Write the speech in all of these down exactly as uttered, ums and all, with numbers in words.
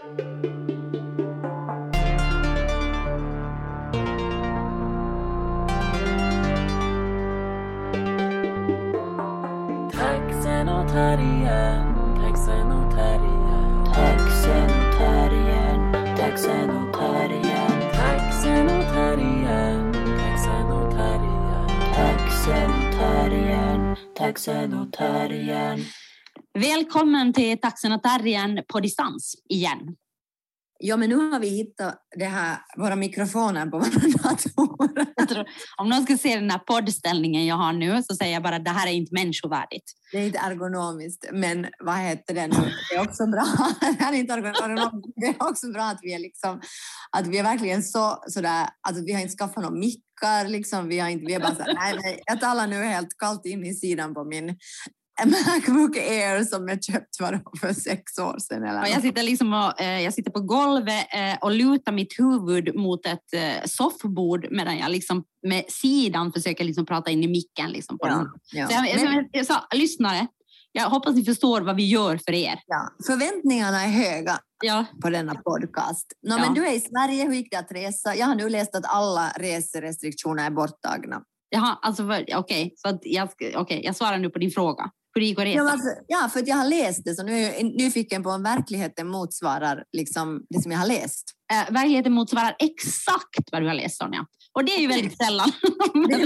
Taxenotarien, taxenotarien, taxenotarien, taxenotarien, taxenotarien, taxenotarien, taxenotarien, taxenotarien. Välkommen till Taxenotarien på distans igen. Ja, men nu har vi hittat det här, våra mikrofoner på våra datorer. Om någon ska se den här poddställningen jag har nu så säger jag bara att det här är inte människovärdigt. Det är inte ergonomiskt, men vad heter det nu? Det är också bra. Det är inte ergonomiskt. Det är också bra att vi är liksom, att vi är verkligen så sådär, alltså vi har inte skaffat några mickar liksom, vi har inte, vi är bara så här, nej, nej, jag talar nu helt kallt in i sidan på min MacBook Air som jag köpt för sex år sedan. Eller? Och jag sitter liksom och, eh, jag sitter på golvet eh, och lutar mitt huvud mot ett eh, soffbord medan jag liksom med sidan försöker liksom prata in i micken. Liksom på ja, ja. Så jag, Men, jag, jag sa, lyssnare, jag hoppas ni förstår vad vi gör för er. Ja, förväntningarna är höga ja. på denna podcast. No, ja. Men du är i Sverige, hur gick det att resa? Jag har nu läst att alla reserestriktioner är borttagna. Jaha, alltså okej, okay, så att jag, okay, jag svarar nu på din fråga. Hur det gick att resa? Ja, alltså, ja, för att jag har läst det så nu är jag nyfiken på om verkligheten motsvarar liksom det som jag har läst. Äh, verkligheten motsvarar exakt vad du har läst, Sonja. Och det är ju väldigt sällan. men, det är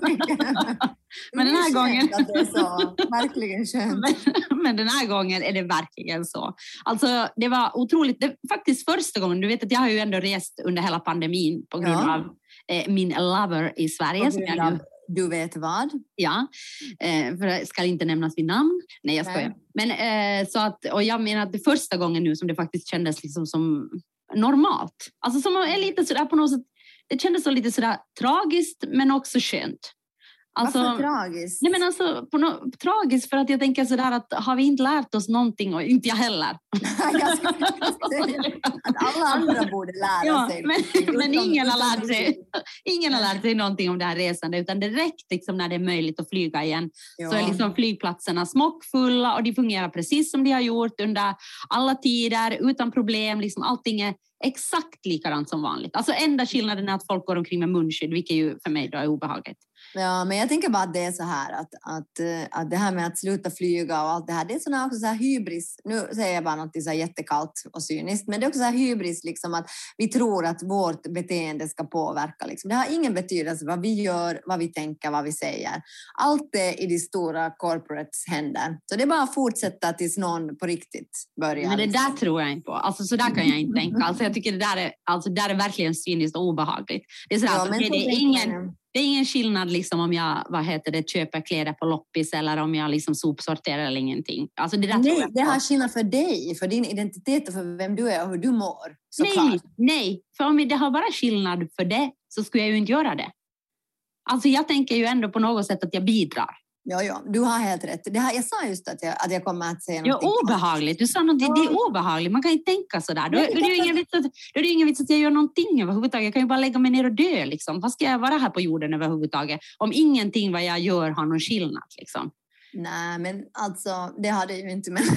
men den här gången... Att det är så. Verkligen skönt. Men, men den här gången är det verkligen så. Alltså, det var otroligt. Det, faktiskt första gången, du vet att jag har ju ändå rest under hela pandemin på grund ja. av eh, min lover i Sverige. Som jag nu... Du vet vad? Ja, eh, för det ska inte nämnas vid namn. Nej, jag skojar. Men eh, så att, och jag menar att det första gången nu som det faktiskt kändes liksom som normalt. Alltså som är lite sådär på något sätt, det kändes så lite sådär tragiskt men också skönt. Alltså, varför tragiskt? Nej men alltså, på no, tragiskt för att jag tänker sådär att har vi inte lärt oss någonting och inte jag heller. jag ska säga att alla andra borde lära ja, sig. Men, men ingen har lärt sig ingen har lärt sig någonting om det här resande utan direkt liksom när det är möjligt att flyga igen ja. så är liksom flygplatserna smockfulla och de fungerar precis som de har gjort under alla tider utan problem. Liksom allting är exakt likadant som vanligt. Alltså enda skillnaden är att folk går omkring med munskydd vilket ju för mig då är obehagligt. Ja, men jag tänker bara att det är så här att, att, att det här med att sluta flyga och allt det här, det är såna också så här hybris, nu säger jag bara något så här jättekallt och cyniskt, men det är också så här hybris liksom att vi tror att vårt beteende ska påverka liksom. Det har ingen betydelse vad vi gör, vad vi tänker, vad vi säger. Allt är i de stora corporates händer. Så det är bara att fortsätta tills någon på riktigt börjar. Men det där tror jag inte på. Alltså så där kan jag inte tänka. Alltså jag tycker det där är, alltså, det där är verkligen cyniskt och obehagligt. Det är så ja, att, okay, det är ingen... Det är ingen skillnad liksom om jag vad heter det, köper kläder på loppis eller om jag liksom sopsorterar eller ingenting. Alltså det där nej, tror jag det har skillnad för dig, för din identitet och för vem du är och hur du mår. Nej, nej, för om det har bara skillnad för det så skulle jag ju inte göra det. Alltså jag tänker ju ändå på något sätt att jag bidrar. Ja, ja, du har helt rätt. Det här, jag sa just att jag, att jag kommer att säga något. Ja, obehagligt. Du sa något, ja. Det är obehagligt. Man kan inte tänka sådär. Då, då, då, är det ju ingen vits att, då är det ingen vits att jag gör någonting överhuvudtaget. Jag kan ju bara lägga mig ner och dö. Liksom. Vad ska jag vara här på jorden överhuvudtaget? Om ingenting vad jag gör har någon skillnad. Liksom. Nej, men alltså, det hade ju inte med...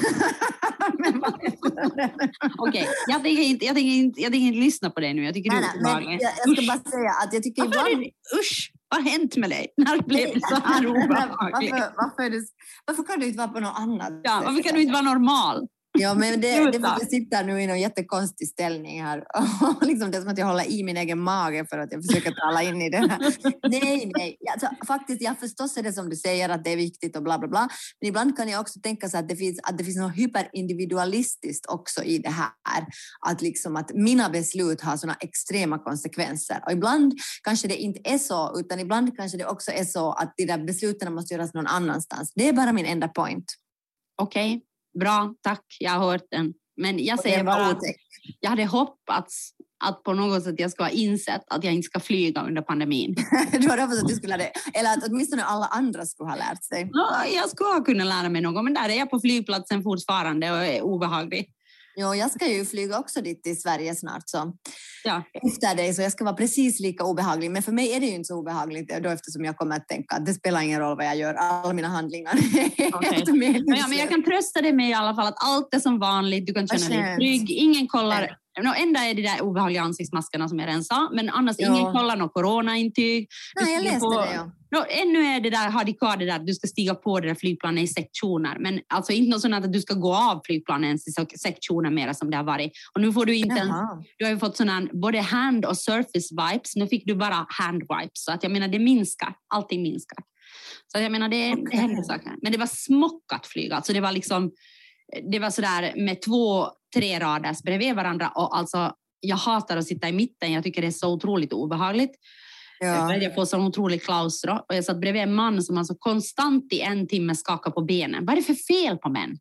Okej, okay. jag, tänker inte, jag, tänker inte, jag tänker inte lyssna på det nu. Jag tycker nej, du är nej, jag, jag ska bara säga att jag tycker varför ibland... Det, usch, vad har hänt med dig? När blev det så här obehagligt? Varför, varför, du, varför kan du inte vara på något annat? Ja, varför kan du inte vara normal? Ja, men det, det för att jag sitter nu i någon jättekonstig ställning här. Och liksom det är som att jag håller i min egen mage för att jag försöker tala in i det här. Nej, nej. Alltså, faktiskt, jag förstås är det som du säger att det är viktigt och bla bla bla. Men ibland kan jag också tänka så att det finns, att det finns något hyperindividualistiskt också i det här. Att, liksom, att mina beslut har sådana extrema konsekvenser. Och ibland kanske det inte är så, utan ibland kanske det också är så att de där besluten måste göras någon annanstans. Det är bara min enda point. Okej. Okay. Bra, tack. Jag har hört den. Men jag säger bara att jag hade hoppats att på något sätt jag ska ha insett att jag inte ska flyga under pandemin. Du hade hoppats att du skulle ha det. Eller att åtminstone alla andra skulle ha lärt sig. Ja, jag skulle ha kunnat lära mig något. Men där är jag på flygplatsen fortfarande och är obehaglig. Jo, jag ska ju flyga också dit till Sverige snart så Ja. efter dig, så jag ska vara precis lika obehaglig. Men för mig är det ju inte så obehagligt då, eftersom jag kommer att tänka att det spelar ingen roll vad jag gör, alla mina handlingar är Okay. helt meningslösa. Ja, men jag kan trösta dig med i alla fall att allt är som vanligt, du kan känna dig trygg, ingen kollar. No, enda är det där obehagliga ansiktsmaskerna som jag redan sa, men annars ja. ingen kollar något coronaintyg. Nej, jag läste på, det, ja. No, ännu är det där, har de kvar det där att du ska stiga på det där flygplanet i sektioner, men alltså inte något sånt att du ska gå av flygplanen i sektioner mera som det har varit. Och nu får du inte ens, du har ju fått sådana både hand- och surface wipes, nu fick du bara hand wipes, så att jag menar det minskar, allting minskar. Så jag menar det, okay. det händer saker. Men det var smockat flyg, alltså det var liksom, det var sådär med två, tre rader bredvid varandra och alltså jag hatar att sitta i mitten, jag tycker det är så otroligt obehagligt. Ja. Jag får sån otrolig klaustro och jag satt bredvid en man som alltså konstant i en timme skakar på benen. Vad är det för fel på män?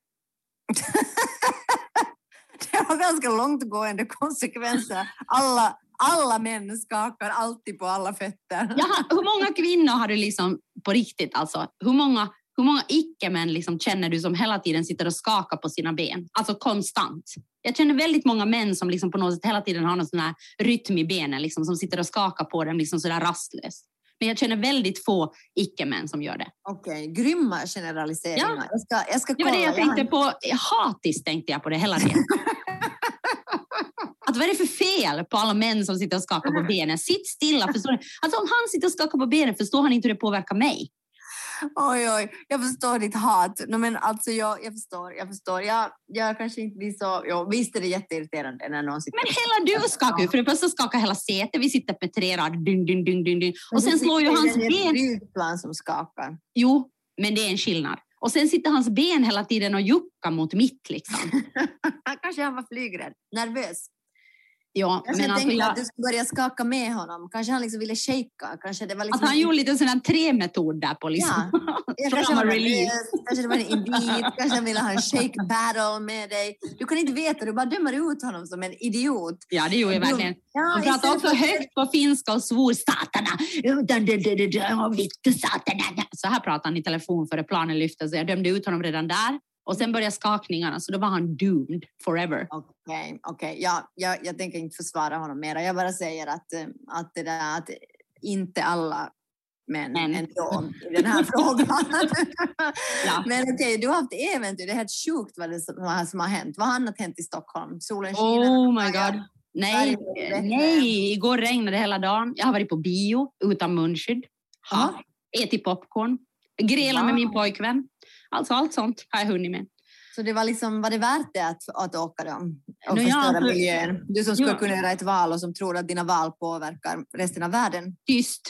Det har ganska långtgående konsekvenser. Alla, alla män skakar alltid på alla fötter. Jaha, hur många kvinnor har du liksom på riktigt alltså? Hur många, hur många icke-män liksom känner du som hela tiden sitter och skakar på sina ben? Alltså konstant. Jag känner väldigt många män som liksom på något sätt hela tiden har någon sån här rytm i benen liksom, som sitter och skakar på dem liksom sådär rastlöst. Men jag känner väldigt få icke-män som gör det. Okej, okay. Grymma generaliseringar. Ja. Jag ska, jag ska det var det jag tänkte på. Hatiskt tänkte jag på det hela tiden. Att vad är det för fel på alla män som sitter och skakar på benen? Sitt stilla, förstår du? Alltså om han sitter och skakar på benen förstår han inte hur det påverkar mig. Oj, oj, jag förstår ditt hat. No, men alltså jag, jag förstår, jag förstår. Jag, jag kanske inte blir så... Jo, visst är det jätteirriterande när någon sitter... Men hela du skakar ju, för det första skakar hela sätet. Vi sitter med tre rader, ding, ding, ding, ding, ding. Och sen slår ju hans ben... Det är ett flygplan som skakar. Jo, men det är en skillnad. Och sen sitter hans ben hela tiden och juckar mot mitt liksom. Kanske han var flygrädd. Nervös. Ja, kanske men jag alltså tänkte jag... att du skulle börja skaka med honom. Kanske han liksom ville shaka. Kanske det var liksom... Att han gjorde lite en sån här tre-metod där på liksom. Ja. kanske, var nervös, kanske det var en invit. Kanske han ville ha en shake battle med dig. Du kan inte veta, du bara dömer ut honom som en idiot. Ja, det gjorde jag verkligen. Ja, han pratade också högt på finska och svor satana. Så här pratade han i telefon före planen lyfte. Så jag dömde ut honom redan där. Och sen började skakningarna, så då var han doomed forever. Okej, okay, okej. Okay. Ja, jag, jag tänker inte försvara honom mer. Jag bara säger att, att, det där, att inte alla män Men. ändå i den här frågan. Ja. Men okej, okay, du har haft äventyr. Det är helt sjukt vad det som, som har hänt. Vad har annat hänt i Stockholm? Solen skiner. Oh my god. Nej, nej, igår regnade hela dagen. Jag har varit på bio utan munskydd. Ja, ätit popcorn. Grela wow. med min pojkvän. Alltså allt sånt har jag hunnit med. Så det var liksom, var det värt det att, att åka då? Och no, förstöra ja, miljön? Du som skulle ja. kunna göra ett val och som tror att dina val påverkar resten av världen. Tyst.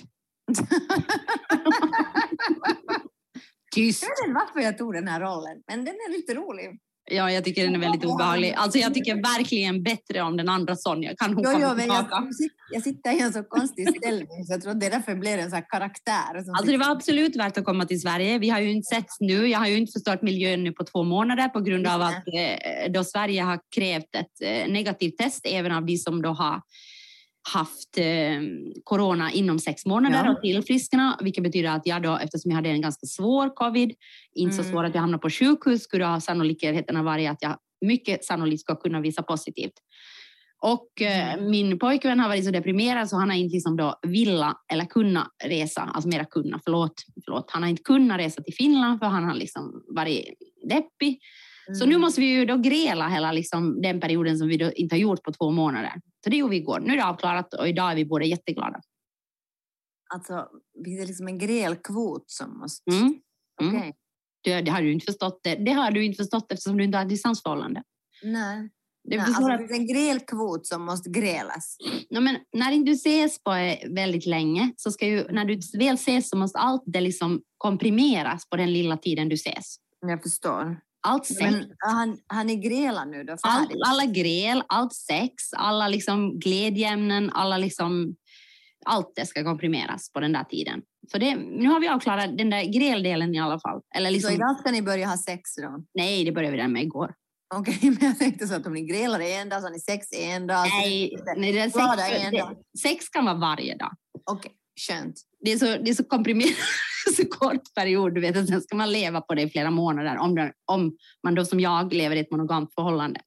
Tyst. Jag vet inte varför jag tog den här rollen, men den är lite rolig. Ja, jag tycker den är väldigt obehaglig. Alltså jag tycker verkligen bättre om den andra Sonja. Kan hon jo, komma jo, tillbaka? Jag, jag sitter i en så konstig ställning så jag tror att det därför blev en sån här karaktär. Alltså det var absolut värt att komma till Sverige. Vi har ju inte sett nu. Jag har ju inte förstört miljön nu på två månader på grund av att eh, då Sverige har krävt ett eh, negativt test även av de som då har haft eh, corona inom sex månader ja. och tillfriskna, vilket betyder att jag då, eftersom jag hade en ganska svår covid, inte mm. så svår att jag hamnade på sjukhus, skulle ha sannolikheten ha varit att jag mycket sannolikt ska kunna visa positivt. Och eh, min pojkvän har varit så deprimerad så han har inte liksom då vilja eller kunna resa, alltså mera kunna, förlåt, förlåt. Han har inte kunnat resa till Finland för han har liksom varit deppig. Mm. Så nu måste vi ju då grela hela liksom den perioden som vi då inte har gjort på två månader. Så det gjorde vi igår. Nu är det avklarat och idag är vi båda jätteglada. Alltså, det är liksom en grelkvot som måste... Mm. Mm. Okay. Det, det har du inte förstått. Det, det har du inte förstått eftersom du inte har distansförhållande. Nej. Det, Nej, alltså, det är en grelkvot som måste grälas. Ja, men när inte du ses på väldigt länge så ska ju, när du väl ses så måste allt det liksom komprimeras på den lilla tiden du ses. Jag förstår. Allt sex. Men han, han är grela nu då? All, alla gräl, allt sex, alla liksom glädjeämnen, alla liksom, allt det ska komprimeras på den där tiden. Så det, nu har vi avklarat den där gräldelen i alla fall. Eller liksom, så idag ska ni börja ha sex då? Nej, det började vi redan med igår. Okej, okay, men jag tänkte så att om ni grälar en dag så har ni sex en dag. Nej, nej det är sex, en dag. Det, sex kan vara varje dag. Okej, okay, skönt. Det är så, det är så komprimerat, så kort period, du vet, att sen ska man leva på det i flera månader om, det, om man då som jag lever i ett monogamt förhållande.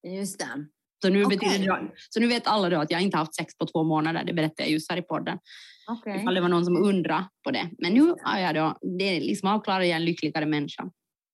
Just det. Så nu, okay. betyder det, så nu vet alla då att jag inte haft sex på två månader. Det berättade jag just här i podden. Okay. Ifall det var någon som undrar på det. Men nu har jag då, det är liksom avklarar jag en lyckligare människa.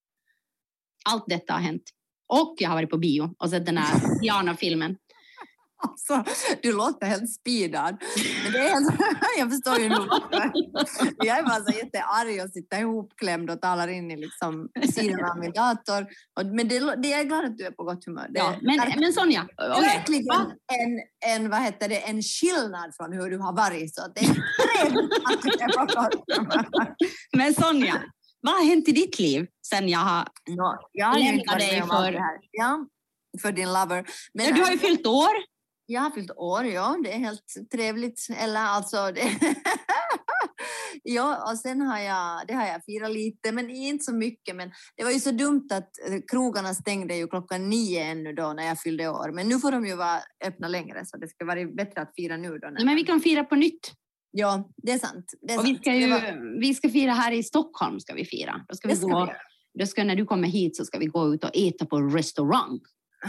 Allt detta har hänt. Och jag har varit på bio och sett den här Diana-filmen. Alltså, du låter helt speedad. Men det är helt, jag förstår ju nog. Jag är bara så jättearg och sitter ihopklämd och talar in i liksom sidan av min dator. Men det, det är glad att du är på gott humör. Det ja, men, är, men Sonja, det är okay. verkligen en, en, vad heter det, en skillnad från hur du har varit. Så det är trevligt att du är på gott humör. Men Sonja, vad har hänt i ditt liv sen jag har, no, jag har lämnat dig för... Ja, för din lover. Men ja, du har ju fyllt år. Jag har fyllt år, ja. Det är helt trevligt. Eller alltså... Det ja, och sen har jag, det har jag firat lite, men inte så mycket. Men det var ju så dumt att krogarna stängde ju klockan nio ännu då när jag fyllde år. Men nu får de ju vara öppna längre, så det ska vara bättre att fira nu då. Ja, men vi kan fira på nytt. Ja, det är sant. Det är och sant. Vi, ska ju, var... vi ska fira här i Stockholm, ska vi fira. Då ska vi ska gå, vi. Då ska, när du kommer hit så ska vi gå ut och äta på restaurang.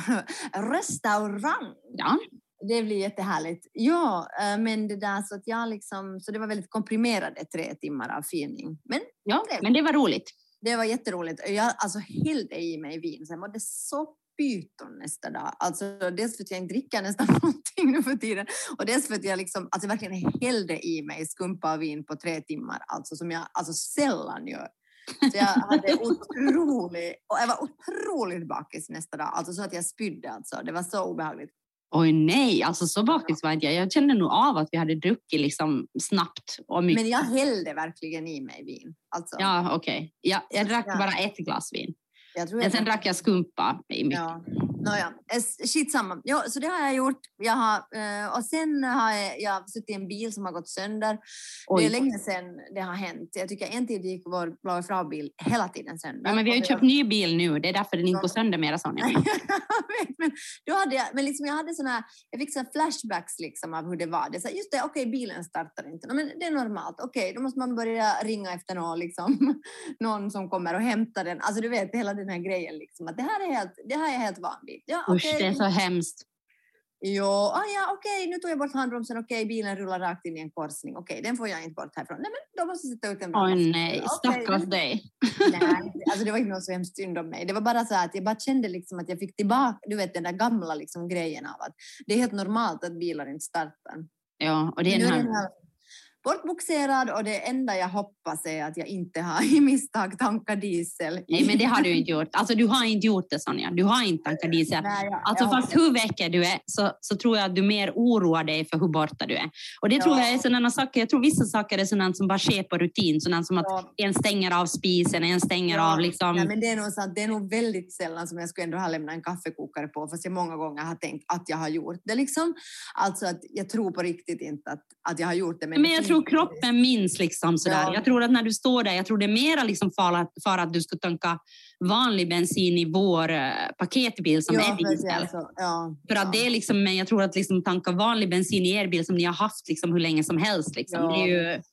Restaurang? Ja. Det blir jättehärligt. Ja, men det där så att jag liksom, så det var väldigt komprimerade tre timmar av filmning. Men, ja, det, men det var roligt. Det var jätteroligt. Jag alltså hällde i mig vin, så jag mådde så pyton nästa dag. Alltså dels för att jag inte dricker nästan någonting nu för tiden. Och dels för att jag liksom, alltså verkligen hällde i mig skumpa av vin på tre timmar. Alltså som jag alltså sällan gör. Så jag hade otroligt, och jag var otroligt bakis nästa dag. Alltså så att jag spydde alltså. Det var så obehagligt. Oj nej, alltså så bakis var inte jag. Jag kände nog av att vi hade druckit liksom snabbt och mycket. Men jag hällde verkligen i mig vin. Alltså. Ja, okej. Okay. Jag, jag drack ja. bara ett glas vin. Jag tror Men jag sen drack jag skumpa i mycket. Ja. Nåja, shit samma. Ja, så det har jag gjort. Jag har, och sen har jag, jag suttit i en bil som har gått sönder. Oj. Det är länge sedan det har hänt. Jag tycker en tid gick vår blå frau-bil hela tiden sönder. Ja, men vi har ju köpt ny bil nu. Det är därför den inte går sönder mera, Sonja. men då hade jag, men liksom jag hade såna här, jag fick såna flashbacks liksom av hur det var. Det så just det, okej, okay, bilen startar inte. Men det är normalt. Okej, okay, då måste man börja ringa efter någon, liksom, någon som kommer och hämtar den. Alltså du vet, hela den här grejen liksom. Att det här är helt, det här är helt van vid. Ja, usch, okay. det är så hemskt. Jo, ah, ja, okej, okay, nu tog jag bort handbromsen. Okej, okay, bilen rullar rakt in i en korsning. Okej, okay, den får jag inte bort härifrån. Nej, men då måste jag sätta ut en bromsen. Oj nej, stackars okay. dig. Nej, alltså det var inte något så hemskt synd om mig. Det var bara så att jag bara kände liksom att jag fick tillbaka, du vet, den där gamla liksom grejen av att det är helt normalt att bilar inte startar. Ja, och det är nu den här... är den här bortboxerad, och det enda jag hoppas är att jag inte har i misstag tankat diesel. Nej, men det har du inte gjort. Alltså du har inte gjort det, Sonja. Du har inte tankat diesel. Nej, ja, alltså ja, fast hur väcker du är så, så tror jag att du mer oroar dig för hur borta du är. Och det ja. tror jag är sådana saker. Jag tror vissa saker är sådana som bara sker på rutin. Sådana som ja. att en stänger av spisen, en stänger ja. av liksom... Ja, men det är nog sant. Det är nog väldigt sällan som jag skulle ändå ha lämnat en kaffekokare på. Fast jag många gånger har tänkt att jag har gjort det liksom. Alltså att jag tror på riktigt inte att, att jag har gjort det. Men, men jag tror kroppen minns liksom sådär. Ja. Jag tror att när du står där, jag tror det är mera liksom för, för att du ska tanka vanlig bensin i vår uh, paketbil som ja, är diesel. Alltså, ja, för att ja. det är liksom, men jag tror att liksom tanka vanlig bensin i er bil som ni har haft liksom hur länge som helst liksom. Ja. Det är ju...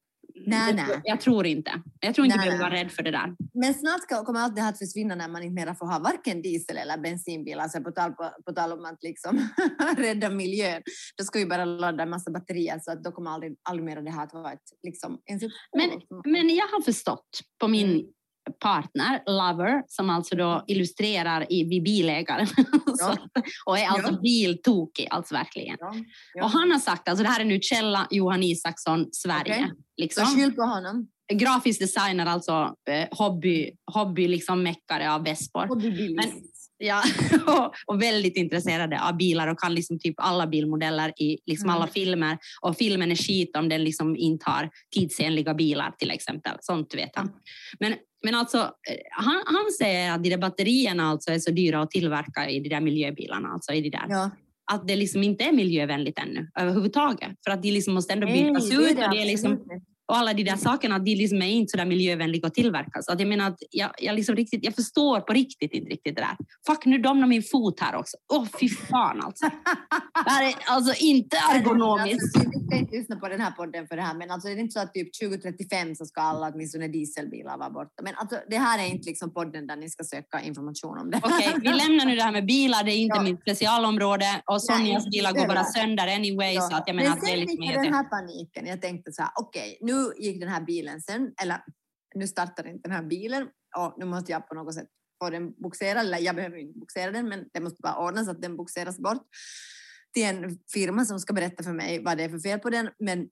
Nej, nej. Jag, jag tror inte. Jag tror inte nej, du behöver vara rädd för det där. Men snart ska, kommer allt det här att försvinna när man inte mer får ha varken diesel eller bensinbil. Alltså på tal, på, på tal om att liksom rädda miljön. Då ska vi bara ladda en massa batterier, så att då kommer aldrig, aldrig mer det här att vara ett, liksom, en men, men jag har förstått på min mm. partner, Lover, som alltså då illustrerar i, vid bilägare ja. och är alltså ja. biltokig, alltså verkligen. Ja. Ja. Och han har sagt, alltså det här är nu källa Johan Isaksson, Sverige. Okay. Liksom. Så skyll på honom. Grafisk designer, alltså eh, hobby, hobby liksom mäckare av vespor. Men, ja, och, och väldigt intresserade av bilar och kan liksom typ alla bilmodeller i liksom mm. alla filmer. Och filmen är skit om den liksom inte har tidsenliga bilar till exempel. Sånt vet han. Mm. Men, men alltså, han, han säger att de där batterierna alltså är så dyra att tillverka i de där miljöbilarna. Alltså i de där. Ja. Att det liksom inte är miljövänligt ännu överhuvudtaget. För att de liksom måste ändå bytas Nej, ut. det är och det är liksom, och alla de där sakerna, de liksom är inte så där miljövänliga att tillverka. Så att jag menar att jag, jag, liksom riktigt, jag förstår på riktigt inte riktigt det där. Fuck, nu domnar min fot här också. Åh, oh, fy fan alltså. Det här är alltså inte ergonomiskt. Alltså, vi ska inte lyssna på den här podden för det här, men alltså, det är inte så att typ tjugo trettiofem så ska alla åtminstone dieselbilar vara borta. Men alltså, det här är inte liksom podden där ni ska söka information om det. Okej, okay, vi lämnar nu det här med bilar. Det är inte ja. mitt specialområde. Och Sonjas Nej, bilar går bara sönder anyway. Ja. Så att jag menar men att det är liksom den här paniken. Jag tänkte så här, okej, okay, nu gick den här bilen sen, eller nu startar inte den här bilen och nu måste jag på något sätt få den boxerad, eller jag behöver inte boxera den, men det måste bara ordnas att den boxeras bort till en firma som ska berätta för mig vad det är för fel på den. Men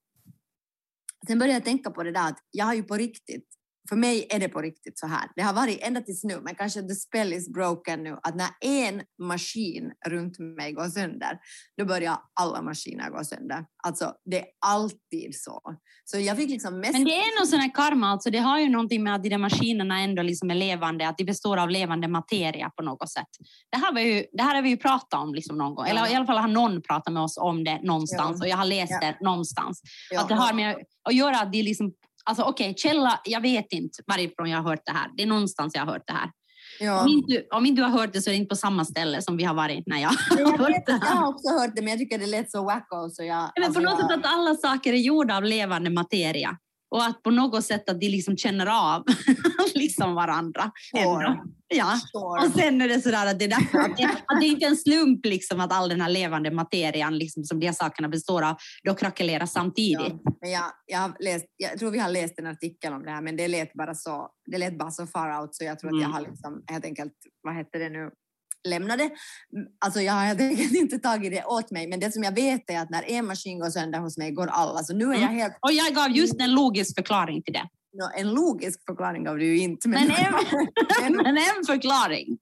sen började jag tänka på det där att jag har ju på riktigt, för mig är det på riktigt så här. Det har varit ända tills nu, men kanske the spell is broken nu, att när en maskin runt mig går sönder, då börjar alla maskiner gå sönder. Alltså, det är alltid så. Så jag fick liksom mest... Men det är nog sån här karma, alltså det har ju någonting med att de där maskinerna ändå liksom är levande, att de består av levande materia på något sätt. Det här, var ju, det här har vi ju pratat om liksom någon gång, ja. Eller i alla fall har någon pratat med oss om det någonstans, ja. Och jag har läst ja. det någonstans. Ja. Att det har med att göra att de liksom... Alltså okej, okay, källa, jag vet inte varifrån jag har hört det här. Det är någonstans jag har hört det här. Ja. Om, inte, om inte du har hört det så är det inte på samma ställe som vi har varit när jag har jag hört vet, det här. Jag har också hört det, men jag tycker det lät så wacko. Så jag, men alltså på något jag... sätt att alla saker är gjorda av levande materia. Och att på något sätt att de liksom känner av liksom varandra. Sure. Ja. Sure. Och sen är det sådär att det är därför att det, att det är inte en slump liksom att all den här levande materian liksom, som de här sakerna består av, då krackelerar samtidigt. Ja. Men jag, jag, har läst, jag tror vi har läst en artikel om det här, men det lät bara så, det lät bara så far out så jag tror mm. att jag har liksom, helt enkelt, vad heter det nu, lämnade. Alltså jag har helt enkelt inte tagit det åt mig, men det som jag vet är att när en maskin går sönder hos mig går alla. Så nu är jag helt... Och jag gav just en logisk förklaring till det. No, en logisk förklaring gav du ju inte. Men, men, en, men en förklaring.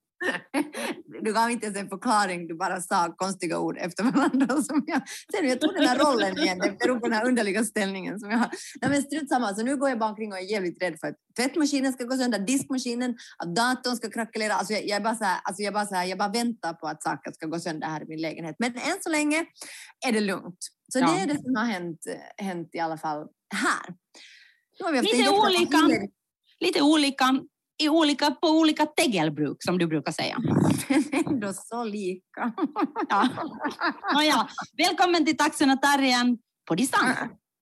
Du gav inte ens en förklaring, du bara sa konstiga ord efter varandra. Som jag, sen jag tog den här rollen igen, det beror på den här underliga ställningen som jag har. Nej, men strunt samma, så nu går jag bara omkring och är jävligt rädd för att tvättmaskinen ska gå sönder, diskmaskinen, att datorn ska krackelera. Alltså jag, jag, är bara så här, alltså jag, bara så här, jag bara väntar på att saker ska gå sönder här i min lägenhet. Men än så länge är det lugnt. Så ja. Det är det som har hänt, hänt i alla fall här. Lite olika, lite olika, i olika på olika tegelbruk som du brukar säga. Ändå så lika. Ja. Oh, ja. Välkommen till Taxen och Terriern på distans.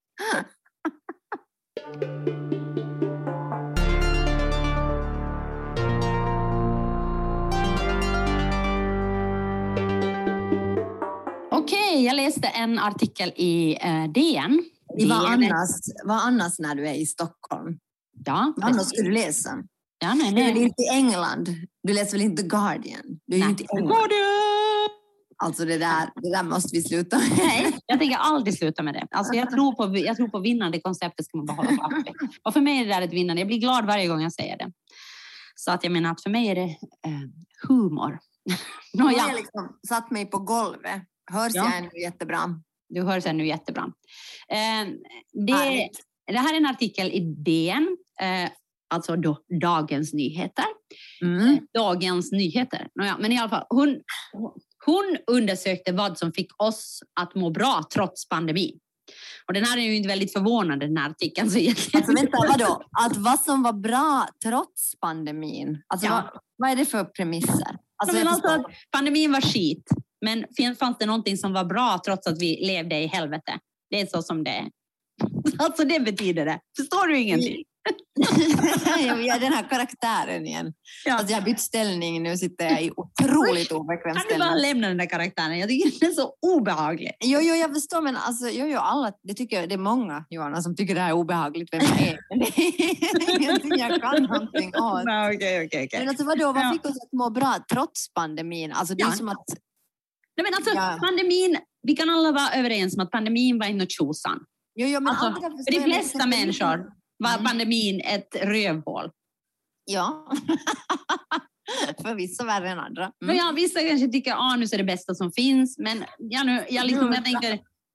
Okej, okay, jag läste en artikel i eh, D N. I vad, annars, vad annars när du är i Stockholm? Ja. Vad annars ska du läsa? Ja, nej, nej. Du är inte i England. Du läser väl inte The Guardian? Du är nej. Inte i England. Guardian! Alltså det där, det där måste vi sluta med. Nej, jag tänker aldrig sluta med det. Alltså jag tror på, jag tror på vinnande konceptet ska man bara hålla fast vid. Och för mig är det där ett vinnande. Jag blir glad varje gång jag säger det. Så att jag menar att för mig är det eh, humor. Nu har jag liksom satt mig på golvet. Hörs ja. Jag nu jättebra? Du hörs ännu jättebra. Eh, det, det här är en artikel i D N, eh, alltså då, Dagens Nyheter. Mm. Eh, Dagens Nyheter. Nåja, men i alla fall, hon, hon undersökte vad som fick oss att må bra trots pandemin. Och den här är ju inte väldigt förvånande, den här artikeln. Så alltså vänta, vadå? Att vad som var bra trots pandemin? Alltså ja. vad, vad är det för premisser? Alltså, men alltså att pandemin var skit. Men fanns det någonting som var bra trots att vi levde i helvete? Det är så som det är. Alltså det betyder det. Förstår du ingenting? Jag är den här karaktären igen. Ja. Alltså jag har bytt ställning. Nu sitter jag i otroligt obekväm ställning. Kan du bara lämna den där karaktären? Jag tycker den är så obehaglig. Jo, jo jag förstår. Men alltså, jo, jo, alla, det, tycker jag, det är många, Johanna, som tycker det här är obehagligt. Vem jag är. Men det är ingenting jag kan någonting åt. Okej, okej, okej. Men alltså vadå? Vad fick oss att må bra trots pandemin? Alltså det är ja. Som att... Nej, men alltså ja. Pandemin, vi kan alla vara överens om att pandemin var inte tjosan. Jo, jo, men alltså, för de flesta människor var mm. pandemin ett rövhål. Ja, för vissa värre än andra. Mm. Ja, vissa kanske tycker att anus är det bästa som finns, men ja, nu, jag, liksom, jag tänker...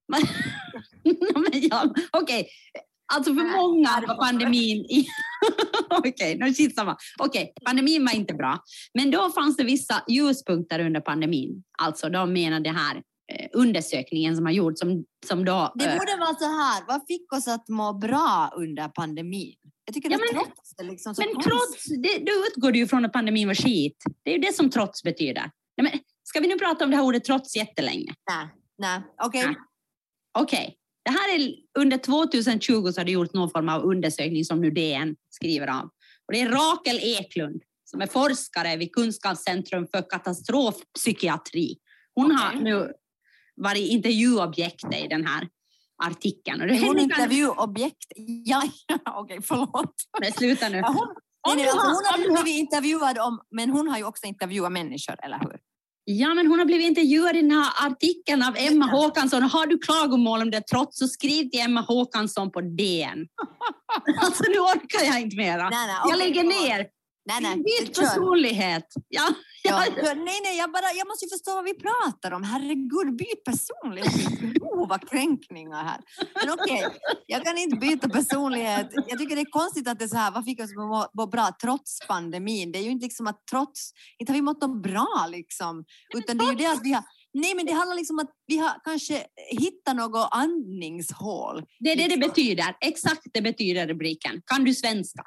ja, okej, okay. Alltså för många var pandemin... I... Okej, okay, nu shit samma. Okej, okay, pandemin var inte bra. Men då fanns det vissa ljuspunkter under pandemin. Alltså, de menar det här. eh, undersökningen som har gjorts. Som, som då, det borde eh, vara så här, vad fick oss att må bra under pandemin? Jag tycker ja, det är men, trots det liksom så men konstigt. trots, det, då utgår du ju från att pandemin var skit. Det är ju det som trots betyder. Nej, men, ska vi nu prata om det här ordet trots jättelänge? Nej, nej, okej. Okay. Okej. Okay. Det här är under tjugohundratjugo så har det gjort någon form av undersökning som nu D N skriver av. Och det är Rakel Eklund som är forskare vid Kunskapscentrum för katastrofpsykiatri. Hon okay. har nu varit intervjuobjekt i den här artikeln. Och det hon intervjuobjekt? Ja, ja okej, okay, förlåt. Men sluta nu. Ja, hon, nej, nej, alltså, hon har blivit intervjuad om, men hon har ju också intervjuat människor, eller hur? Ja, men hon har blivit intervjuad i den här artikeln av Emma Håkansson. Har du klagomål om det trots så skriv till Emma Håkansson på D N. Alltså nu orkar jag inte mera. Nej, nej, okay, jag lägger ner. Nej, nej. Byt personlighet. Ja, ja. Ja. Nej, nej, jag, bara, jag måste ju förstå vad vi pratar om. Herregud, byt personlighet. Grova kränkningar här. Men okej, okay, jag kan inte byta personlighet. Jag tycker det är konstigt att det är så här, vad fick oss att må bra trots pandemin? Det är ju inte liksom att trots, inte har vi mått något bra liksom. Utan det är ju det att vi har, nej men det handlar liksom om att vi har kanske hittat något andningshål. Det är det det betyder. Exakt det betyder rubriken. Kan du svenska?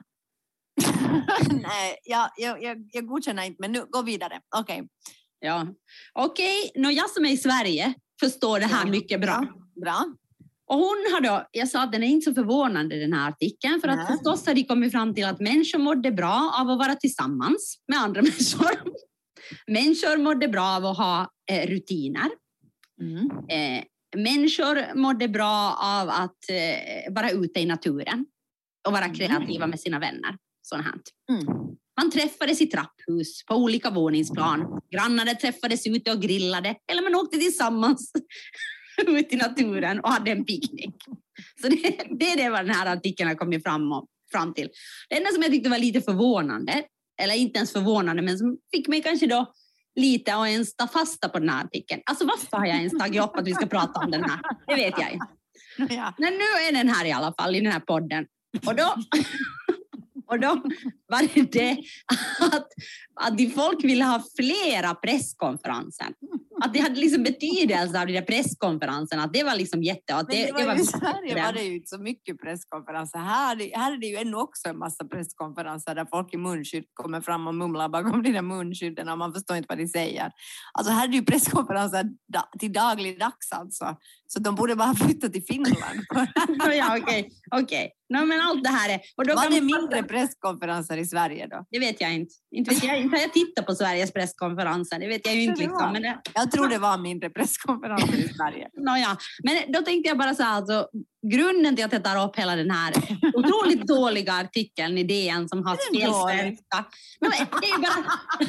Nej, jag, jag, jag, jag godkänner inte, men nu gå vidare. Okej. Okay. Ja, okej. Okay. Jag som är i Sverige förstår det här ja. mycket bra. Bra. Och hon har då, jag sa att den är inte så förvånande den här artikeln, för att Nej. förstås har de kommit fram till att människor mådde bra av att vara tillsammans med andra människor. Människor mådde bra av att ha eh, rutiner. Mm. Eh, människor mådde bra av att eh, vara ute i naturen och vara kreativa mm. med sina vänner. Sånt här. Mm. Man träffades i trapphus på olika våningsplan. Grannarna träffades ute och grillade. Eller man åkte tillsammans ut i naturen och hade en picknick. Så det, det är det vad den här artikeln har kommit fram, och, fram till. Det enda som jag tyckte var lite förvånande, eller inte ens förvånande, men som fick mig kanske då lite att ens ta fasta på den här artikeln. Alltså varför har jag ens tagit upp att vi ska prata om den här? Det vet jag inte. Ja. Men nu är den här i alla fall, i den här podden. Och då... Och då var det att, att de folk ville ha flera presskonferenser. Att det hade liksom betydelse av de där presskonferenserna. Att det var liksom jätte... Att det, det var det var ju så här, det var det ju inte så mycket presskonferenser. Här, här är det ju ännu också en massa presskonferenser där folk i munskydd kommer fram och mumlar bakom de där munskydden och man förstår inte vad de säger. Alltså här är det ju presskonferenser da, till dagligdags alltså. Så de borde bara flytta till Finland. Ja, okej. Okay, okay. No, men allt det här är... Och då var kan det man... mindre presskonferenser i Sverige då? Det vet jag inte. Inte vet jag, inte har jag tittat på Sveriges presskonferenser. Det vet jag ju inte. Liksom. Men det... Jag tror det var mindre presskonferenser i Sverige. No, ja. Men då tänkte jag bara så här, alltså, grunden till att jag tar upp hela den här otroligt dåliga artikeln i D N som har fel svenska. Men det är ju bara...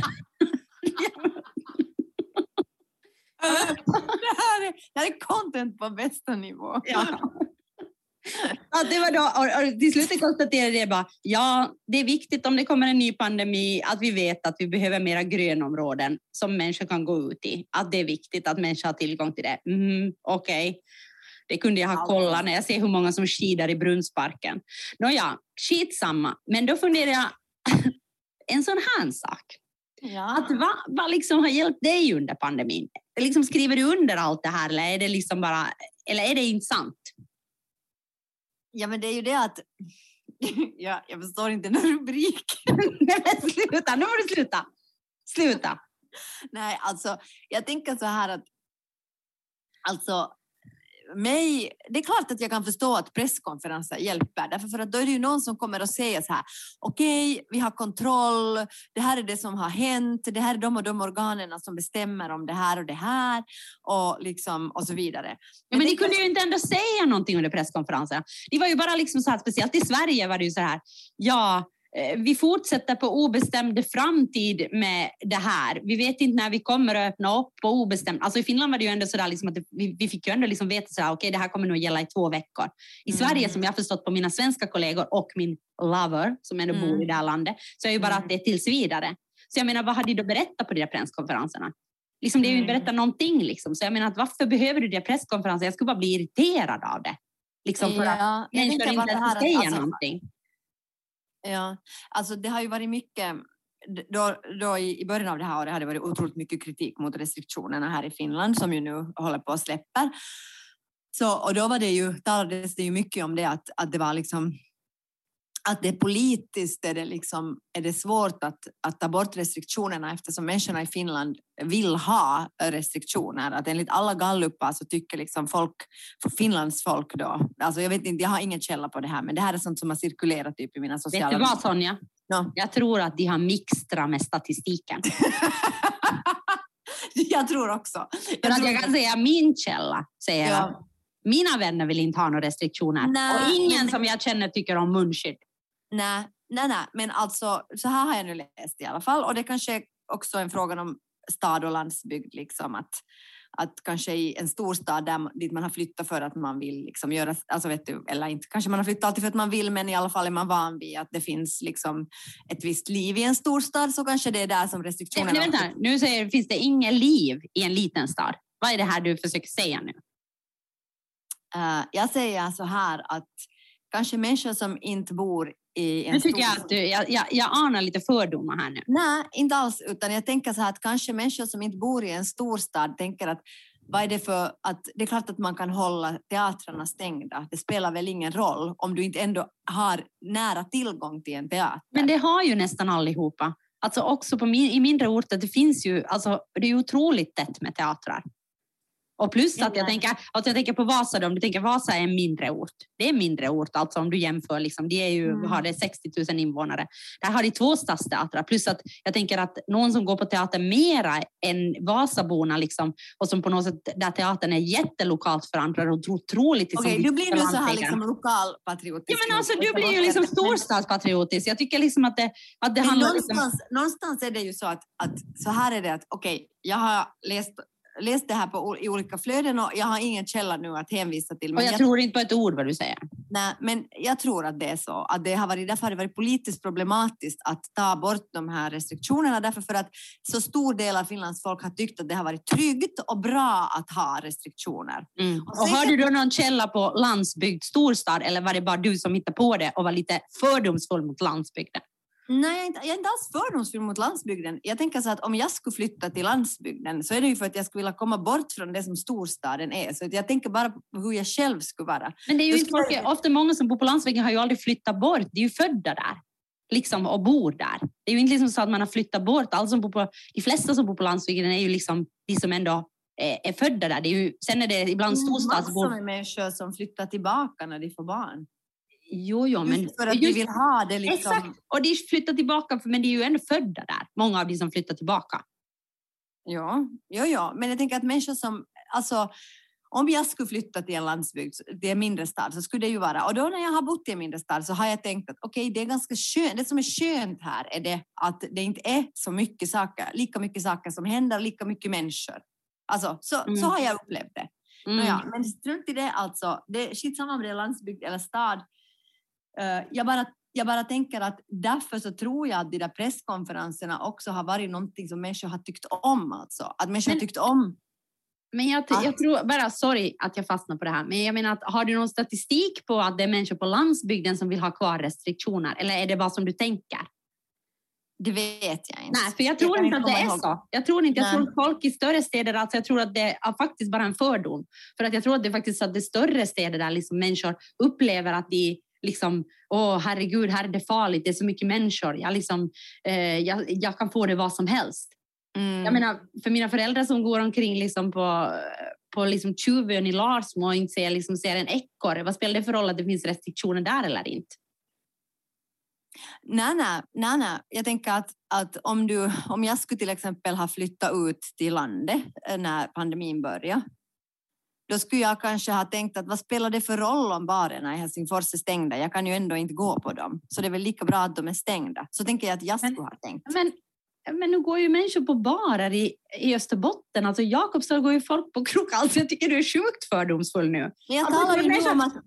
det, här är, det här är content på bästa nivå. Ja. Ja, det var då, och, och till slut konstaterade jag bara, ja, det är viktigt om det kommer en ny pandemi att vi vet att vi behöver mera grönområden som människor kan gå ut i. Att det är viktigt att människor har tillgång till det. Mm, okej. Okay. Det kunde jag ha kollat när jag ser hur många som skidar i Brunnsparken. Nåja, skitsamma. Men då funderar jag, en sån här sak. Ja. Att vad, vad liksom har hjälpt dig under pandemin? Liksom skriver du under allt det här eller är det liksom bara, eller är det inte sant? Ja, men det är ju det att ja, jag förstår inte den rubriken. Nej, men sluta, nu får du sluta. Sluta. Nej, alltså jag tänker så här att alltså mig, det är klart att jag kan förstå att presskonferenser hjälper. Därför för att då är det ju någon som kommer att säga så här, okej, okay, vi har kontroll, det här är det som har hänt, det här är de och de organen som bestämmer om det här och det här och liksom och så vidare. Men, ja, men ni kunde ju inte ändå säga någonting under presskonferensen. Det var ju bara liksom så här, speciellt i Sverige var det ju så här, ja, vi fortsätter på obestämd framtid med det här. Vi vet inte när vi kommer att öppna upp på obestämd. Alltså i Finland var det ju ändå sådär liksom att vi, vi fick ju ändå liksom veta sådär, okej, okay, det här kommer nog gälla i två veckor. I mm. Sverige, som jag har förstått på mina svenska kollegor och min lover som ändå mm. bor i det här landet, så är ju bara mm. att det är tills vidare. Så jag menar, vad hade de berättat på de där presskonferenserna? Liksom det är ju inte berättat någonting liksom. Så jag menar, att varför behöver du de presskonferenser? Jag skulle bara bli irriterad av det. Liksom för ja, att människor inte säga alltså, någonting. Ja, alltså det har ju varit mycket, då, då i början av det här året hade det varit otroligt mycket kritik mot restriktionerna här i Finland som ju nu håller på att släppa. Så, och då var det ju, talades det ju mycket om det att, att det var liksom att det politiskt är det, liksom, är det svårt att, att ta bort restriktionerna eftersom människorna i Finland vill ha restriktioner. Att enligt alla gallupar så tycker liksom folk, för Finlands folk då, alltså jag vet inte, jag har ingen källa på det här, men det här är sånt som har cirkulerat typ i mina sociala... Vet du vad, Sonja? No. Jag tror att de har mixtrat med statistiken. Jag tror också. Jag, För att jag kan säga min källa säger ja. att mina vänner vill inte ha några restriktioner. Nej, och ingen men... som jag känner tycker om munskydd. Nej, nej, nej, men alltså så här har jag nu läst i alla fall. Och det kanske också är en fråga om stad och landsbygd. Liksom, att, att kanske i en storstad där, dit man har flyttat för att man vill liksom göra, alltså vet du, eller inte, kanske man har flyttat alltid för att man vill, men i alla fall är man van vid att det finns liksom ett visst liv i en storstad, så kanske det är där som restriktionerna... Nej, vänta, nu säger finns det inget liv i en liten stad. Vad är det här du försöker säga nu? Uh, jag säger så här att kanske människor som inte bor i en nu tycker jag att du, jag, jag, jag anar lite fördomar här nu. Nej, inte alls, utan jag tänker så här att kanske människor som inte bor i en storstad tänker att vad är det för att det är klart att man kan hålla teatrarna stängda. Det spelar väl ingen roll om du inte ändå har nära tillgång till en teater. Men det har ju nästan allihopa. Alltså också på min, i mindre orter, det finns ju, alltså det är otroligt tätt med teatrar. Och plus att jag tänker, att jag tänker på Vasa, om du tänker Vasa är en mindre ort. Det är en mindre ort, alltså om du jämför, liksom, det är ju, mm. har det sextio tusen invånare. Där har de två stadsteatrar. Plus att jag tänker att någon som går på teater mera än Vasaborna, liksom, och som på något sätt, där teatern är jättelokalt förankrad och otroligt... Okej, okay, du blir nu så här liksom lokalpatriotisk. Ja, men alltså du blir ju liksom storstadspatriotisk. Jag tycker liksom att det, att det handlar... Någonstans, liksom... någonstans är det ju så att, att så här är det att okej, okay, jag har läst... läst det här på, i olika flöden och jag har ingen källa nu att hänvisa till. Men och jag, jag tror inte på ett ord vad du säger. Nej, men jag tror att det är så. Att det har varit, därför har det varit politiskt problematiskt att ta bort de här restriktionerna. Därför för att så stor del av Finlands folk har tyckt att det har varit tryggt och bra att ha restriktioner. Mm. Och, och har du då någon källa på landsbygd, storstad, eller var det bara du som hittade på det och var lite fördomsfull mot landsbygden? Nej, jag är, inte, jag är inte alls fördomsfull mot landsbygden. Jag tänker så att om jag skulle flytta till landsbygden så är det ju för att jag skulle vilja komma bort från det som storstaden är. Så jag tänker bara på hur jag själv skulle vara. Men det är ju inte folk, jag... ofta många som bor på landsbygden har ju aldrig flyttat bort. De är ju födda där liksom, och bor där. Det är ju inte liksom så att man har flyttat bort. Alla som bor på, de flesta som bor på landsbygden är ju liksom de som ändå är, är födda där. Det är ju, sen är det ibland storstadsbor... Massor med människor som flyttar tillbaka när de får barn. Jo, jo, men... Just för att just, de vill ha det liksom... Exakt, och de flyttar tillbaka, men de är ju ändå födda där. Många av de som flyttar tillbaka. Ja, ja, ja. Men jag tänker att människor som... Alltså, om jag skulle flytta till en landsbygd, till en mindre stad, så skulle det ju vara... Och då när jag har bott i en mindre stad så har jag tänkt att okej, okay, det är ganska skönt. Det som är skönt här är det att det inte är så mycket saker, lika mycket saker som händer, lika mycket människor. Alltså, så, mm. så har jag upplevt det. Mm. Ja, men strunt i det alltså. Det är skitsamma om det är landsbygd eller stad. Uh, jag, bara, jag bara tänker att därför så tror jag att de där presskonferenserna också har varit någonting som människor har tyckt om. Alltså. Att människor men, har tyckt om. Men jag, att, jag tror, bara sorry att jag fastnar på det här, men jag menar att har du någon statistik på att det är människor på landsbygden som vill ha kvar restriktioner? Eller är det bara som du tänker? Det vet jag inte. Nej, för jag tror jag inte att det är ihåg. så. Jag tror inte, jag tror folk i större städer, alltså jag tror att det är faktiskt bara en fördom. För att jag tror att det är faktiskt så att det större städer där liksom människor upplever att de liksom, åh herregud, här är det farligt, det är så mycket människor. Jag, liksom, eh, jag, jag kan få det vad som helst. Mm. Jag menar, för mina föräldrar som går omkring liksom på, på liksom Tjuvön i Larsmo och inte ser, liksom, ser en ekorre, vad spelar det för roll att det finns restriktioner där eller inte? Nej, nej, nej, nej. Jag tänker att, att om, du, om jag skulle till exempel ha flyttat ut till landet när pandemin började, då skulle jag kanske ha tänkt att vad spelar det för roll om barerna i Helsingfors är stängda? Jag kan ju ändå inte gå på dem. Så det är väl lika bra att de är stängda. Så tänker jag att jag skulle ha tänkt. Men, men nu går ju människor på barer i, i Österbotten. Alltså Jakobstad går ju folk på krok. Alltså jag tycker du är sjukt fördomsfull nu. Men jag alltså, talar ju människor... om att...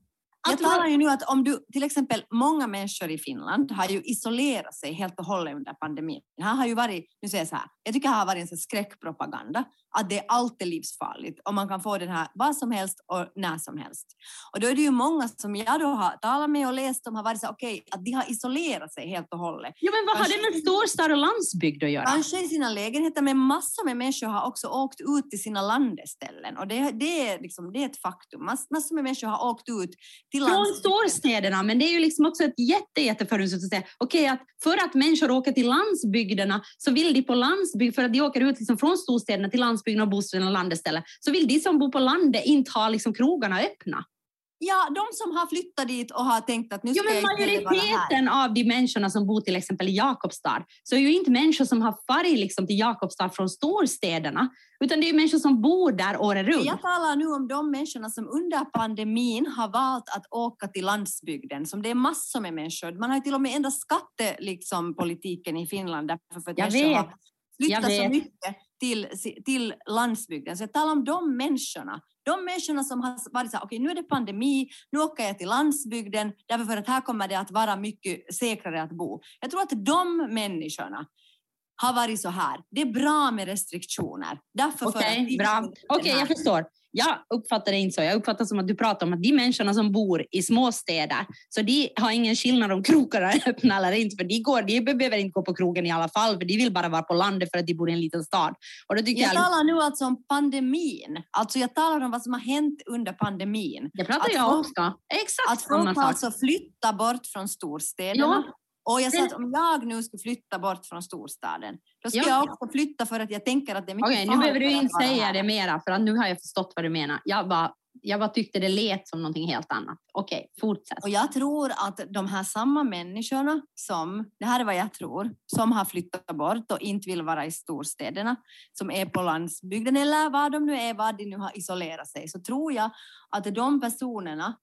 Jag talar ju nu att om du, till exempel många människor i Finland har ju isolerat sig helt och hållet under pandemin. Det här har ju varit, nu säger jag så här, jag tycker det har varit en sån skräckpropaganda att det är alltid livsfarligt och man kan få den här vad som helst och när som helst. Och då är det ju många som jag då har talat med och läst om har varit så okej, okay, att de har isolerat sig helt och hållet. Jo, men vad kanske, har det med storstad och landsbygd att göra? Kanske i sina lägenheter, men massor med människor har också åkt ut till sina landeställen och det, det, är, liksom, det är ett faktum. Mass, massor med människor har åkt ut till från storstäderna, men det är ju liksom också ett jätte, jätteförutsättning att säga, okej, okay, att för att människor åker till landsbygderna så vill de på landsbygd, för att de åker ut liksom från storstäderna till landsbygden och bostäderna och landeställen, så vill de som bor på landet inte ha liksom krogarna öppna. Ja, de som har flyttat dit och har tänkt att nu ska jo, men jag majoriteten av de människorna som bor till exempel i Jakobstad, så är ju inte människor som har farit liksom till Jakobstad från storstäderna, utan det är människor som bor där året runt. Jag talar nu om de människorna som under pandemin har valt att åka till landsbygden, som det är massor med människor. Man har ju till och med ändrat skattepolitiken liksom, i Finland därför för att jag människor vet. har flyttat jag så mycket till, till landsbygden. Så jag talar om de människorna. De människorna som har varit så här, okej, okay, nu är det pandemi, nu åker jag till landsbygden, därför för att här kommer det att vara mycket säkrare att bo. Jag tror att de människorna har varit så här, det är bra med restriktioner. Därför okej, okay, bra. Okej, okay, jag förstår. Jag uppfattar det inte så. Jag uppfattar som att du pratar om att de människorna som bor i småstäder, så de har ingen skillnad om krogarna är öppna eller inte, för de, går, de behöver inte gå på krogen i alla fall, för de vill bara vara på landet för att de bor i en liten stad. Och då tycker jag, jag talar nu alltså om pandemin. Alltså jag talar om vad som har hänt under pandemin. Det pratar att jag folk, också. Exakt att folk alltså flyttar bort från storstäderna. Ja. Och jag sa att om jag nu ska flytta bort från storstaden, då ska ja. jag också flytta för att jag tänker att det är mycket Okej, nu behöver du inte säga här. Det mera, för att nu har jag förstått vad du menar. Jag bara, jag bara tyckte det lät som någonting helt annat. Okej, fortsätt. Och jag tror att de här samma människorna som, det här är vad jag tror, som har flyttat bort och inte vill vara i storstäderna, som är på landsbygden eller vad de nu är, vad de nu har isolerat sig, så tror jag att de personerna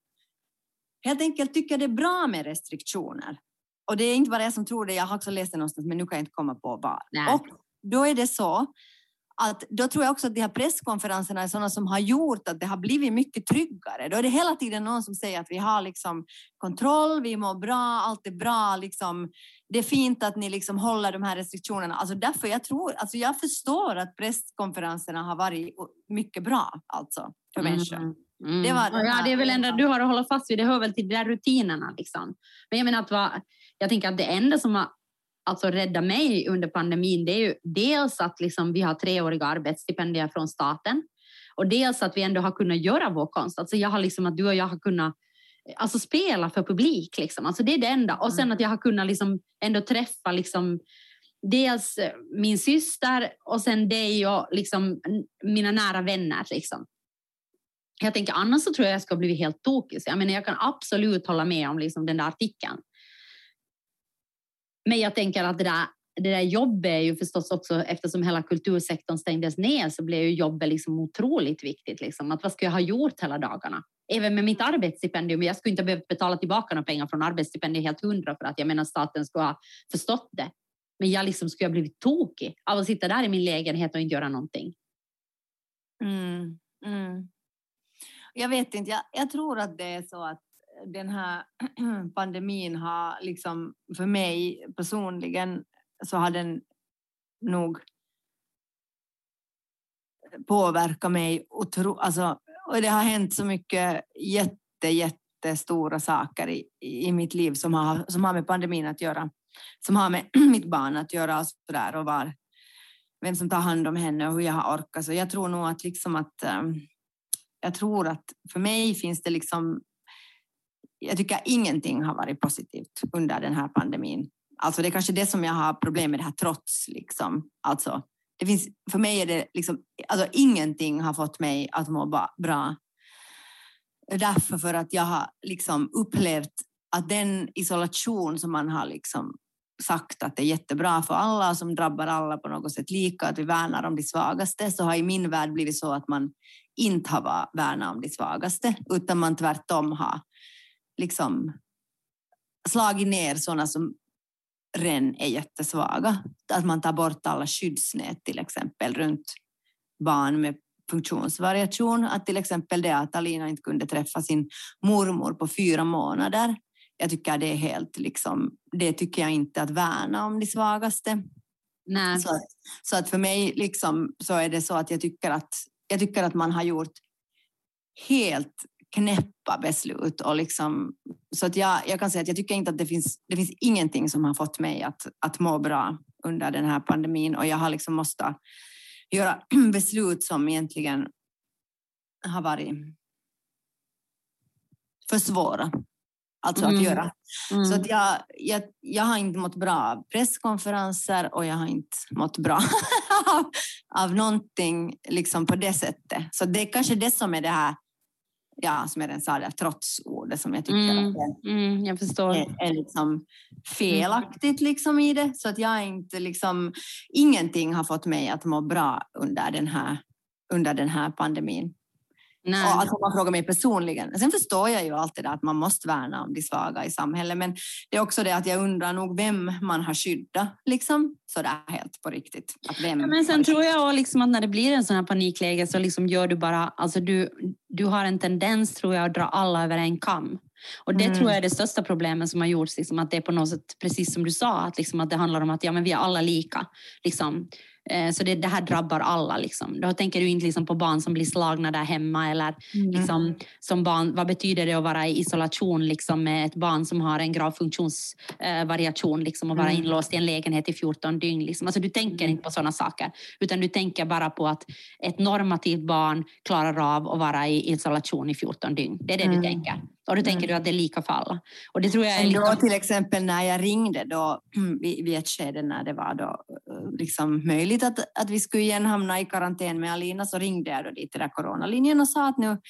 helt enkelt tycker det är bra med restriktioner. Och det är inte bara jag som tror det, jag har också läst det någonstans, men nu kan jag inte komma på var. Nej. Och då är det så att då tror jag också att de här presskonferenserna är sådana som har gjort att det har blivit mycket tryggare. Då är det hela tiden någon som säger att vi har liksom kontroll, vi mår bra, allt är bra, liksom, det är fint att ni liksom håller de här restriktionerna. Alltså därför jag tror, alltså jag förstår att presskonferenserna har varit mycket bra alltså för mm. människor. Mm. Det var ja, det är väl ändå du har att hålla fast vid, det hör väl till de där rutinerna liksom. Men jag menar att va, jag tänker att det enda som har alltså räddat mig under pandemin, det är ju dels att liksom vi har treåriga arbetsstipendier från staten och dels att vi ändå har kunnat göra vår konst. Alltså jag har liksom att du och jag har kunnat alltså spela för publik liksom. Alltså det är det enda. Och sen att jag har kunnat liksom ändå träffa liksom dels min syster och sen dig och liksom mina nära vänner liksom. Jag tänker annars så tror jag jag ska bli helt tokig. Jag menar jag kan absolut hålla med om liksom den där artikeln. Men jag tänker att det där, det där jobbet är ju förstås också, eftersom hela kultursektorn stängdes ner så blev ju jobbet liksom otroligt viktigt. Liksom. Att vad ska jag ha gjort hela dagarna? Även med mitt arbetsstipendium, jag skulle inte behövt betala tillbaka några pengar från arbetsstipendiet helt hundra för att jag menar staten skulle ha förstått det. Men jag liksom skulle ha blivit tokig av att sitta där i min lägenhet och inte göra någonting. Mm, mm. Jag vet inte, jag, jag tror att det är så att den här pandemin har liksom för mig personligen så har den nog påverkat mig otro, alltså, och det har hänt så mycket jätte, jättestora saker i, i mitt liv som har, som har med pandemin att göra, som har med mitt barn att göra och så där, och var, vem som tar hand om henne och hur jag har orkat. Så jag tror nog att liksom att um, jag tror att för mig finns det liksom, jag tycker att ingenting har varit positivt under den här pandemin. Alltså det är kanske det som jag har problem med, det här trots liksom. Alltså det finns, för mig är det liksom, alltså ingenting har fått mig att må bra. Därför för att jag har liksom upplevt att den isolation som man har liksom sagt att det är jättebra för alla, som drabbar alla på något sätt lika, att vi värnar om de svagaste, så har i min värld blivit så att man inte har värnat om de svagaste, utan man tvärtom har liksom slagit ner sådana som redan är jättesvaga. Att man tar bort alla skyddsnät till exempel runt barn med funktionsvariation. Att till exempel det att Alina inte kunde träffa sin mormor på fyra månader. Jag tycker det är helt liksom, det tycker jag inte att värna om de svagaste. Nej. Så, så att för mig liksom, så är det så att jag tycker att, jag tycker att man har gjort helt knäppa beslut. Och liksom, så att jag, jag kan säga att jag tycker inte att det finns, det finns ingenting som har fått mig att, att må bra under den här pandemin. Och jag har liksom måste göra beslut som egentligen har varit för svåra. Alltså mm. att göra. Mm. Så att jag, jag, jag har inte mått bra av presskonferenser och jag har inte mått bra av, av någonting liksom på det sättet. Så det är kanske det som är det här, ja, som jag redan sa, det trotsordet som jag tycker mm. att det mm, jag förstår. är, är liksom felaktigt liksom i det. Så att jag inte liksom, ingenting har fått mig att må bra under den här, under den här pandemin. Nej. Och alltså man frågar mig personligen. Sen förstår jag ju alltid att man måste värna om de svaga i samhället. Men det är också det att jag undrar nog vem man har skyddat. Liksom. Så det är helt på riktigt. Att vem ja, men sen tror jag liksom att när det blir en sån här panikläge så liksom gör du bara... Alltså du, du har en tendens tror jag att dra alla över en kam. Och det mm. tror jag är det största problemet som har gjorts. Liksom, att det är på något sätt, precis som du sa, att, liksom, att det handlar om att ja, men vi är alla lika. Liksom. Så det, det här drabbar alla. Liksom. Då tänker du inte liksom på barn som blir slagna där hemma. Eller mm. liksom, som barn, vad betyder det att vara i isolation liksom, med ett barn som har en grav funktionsvariation. Liksom, och vara mm. inlåst i en lägenhet i fjorton dygn. Liksom. Alltså, du tänker mm. inte på sådana saker. Utan du tänker bara på att ett normativt barn klarar av att vara i isolation i fjorton dygn. Det är det mm. du tänker. Och då tänker mm. du att det är lika för alla. Och det tror jag är liksom... då, till exempel när jag ringde då, vid, vid ett skede när det var då liksom möjligt att, att vi skulle igen hamna i karantän med Alina, så ringde jag då dit till den coronalinjen och sa att nu,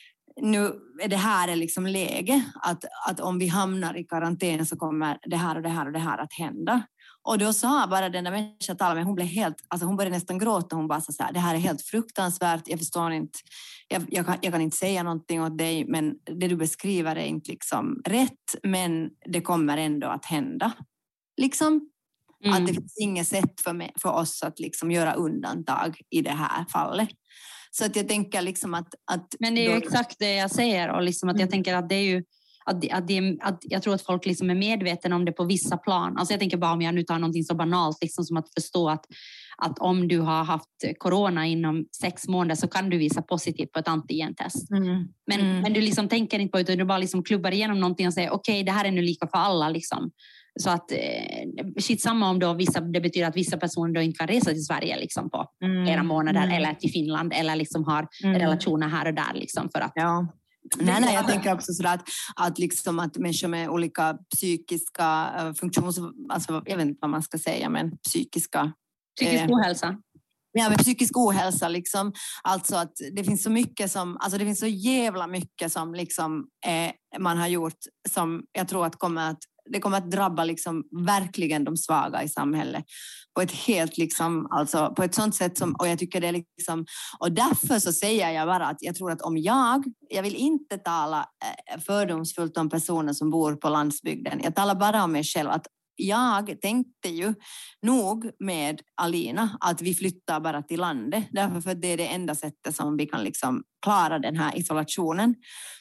nu är det här är liksom läge. Att, att om vi hamnar i karantän så kommer det här och det här och det här att hända. Och då sa bara den där människan talade med, hon blev helt, alltså hon började nästan gråta. Hon bara sa så här, det här är helt fruktansvärt, jag förstår inte, jag, jag, kan, jag kan inte säga någonting åt dig, men det du beskriver är inte liksom rätt, men det kommer ändå att hända. Liksom, mm. att det finns inget sätt för, mig, för oss att liksom göra undantag i det här fallet. Så att jag tänker liksom att... att men det är ju då... exakt det jag säger, och liksom att jag mm. tänker att det är ju Att, att, det, att jag tror att folk liksom är medvetna om det på vissa plan. Alltså jag tänker bara om jag nu tar någonting så banalt liksom som att förstå att, att om du har haft corona inom sex månader så kan du visa positivt på ett antigentest. Mm. Men, mm. men du liksom tänker inte på det, du bara liksom klubbar igenom någonting och säger okej, okay, det här är nu lika för alla. Liksom. Så att shit, samma om då vissa, det betyder att vissa personer då inte kan resa till Sverige liksom på mm. era månader mm. eller till Finland eller liksom har mm. relationer här och där. Liksom för att, ja. Nej, nej, jag tänker också sådär att, att, liksom att människor med olika psykiska funktions... Alltså, jag vet inte vad man ska säga, men psykiska... Psykisk eh, ohälsa. Ja, men psykisk ohälsa liksom. Alltså att det finns så mycket som... Alltså det finns så jävla mycket som liksom eh, man har gjort som jag tror att kommer att... Det kommer att drabba liksom verkligen de svaga i samhället på ett helt liksom, alltså på ett sånt sätt som, och jag tycker det är liksom, och därför så säger jag bara att jag tror att om jag, jag vill inte tala fördomsfullt om personer som bor på landsbygden, jag talar bara om mig själv, att jag tänkte ju nog med Alina att vi flyttar bara till landet, därför för det är det enda sättet som vi kan liksom klara den här isolationen.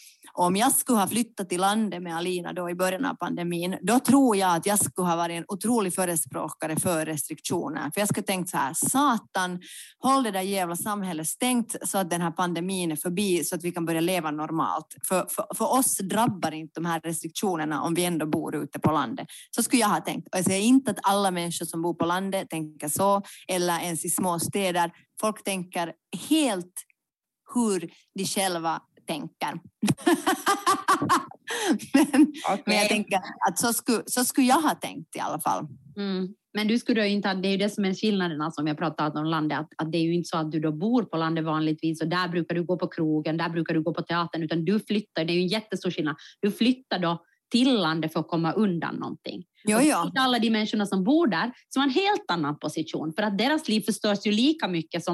Om jag skulle ha flyttat till landet med Alina då i början av pandemin, då tror jag att jag skulle ha varit en otrolig förespråkare för restriktioner. För jag skulle tänkt så här, satan, håll det där jävla samhället stängt så att den här pandemin är förbi så att vi kan börja leva normalt. För, för, för oss drabbar inte de här restriktionerna om vi ändå bor ute på landet. Så skulle jag ha tänkt. Och jag säger inte att alla människor som bor på landet tänker så, eller ens i små städer. Folk tänker helt hur de själva tänker. men, okay. men jag tänker att så skulle, så skulle jag ha tänkt i alla fall. Mm. Men du skulle inte, det är ju det som är skillnaden alltså, om jag pratar om landet, att, att det är ju inte så att du då bor på landet vanligtvis och där brukar du gå på krogen, där brukar du gå på teatern, utan du flyttar, det är ju en jättestor skillnad. Du flyttar då till landet för att komma undan någonting. Jo, ja. Och alla de människorna som bor där som har en helt annan position, för att deras liv förstörs ju lika mycket som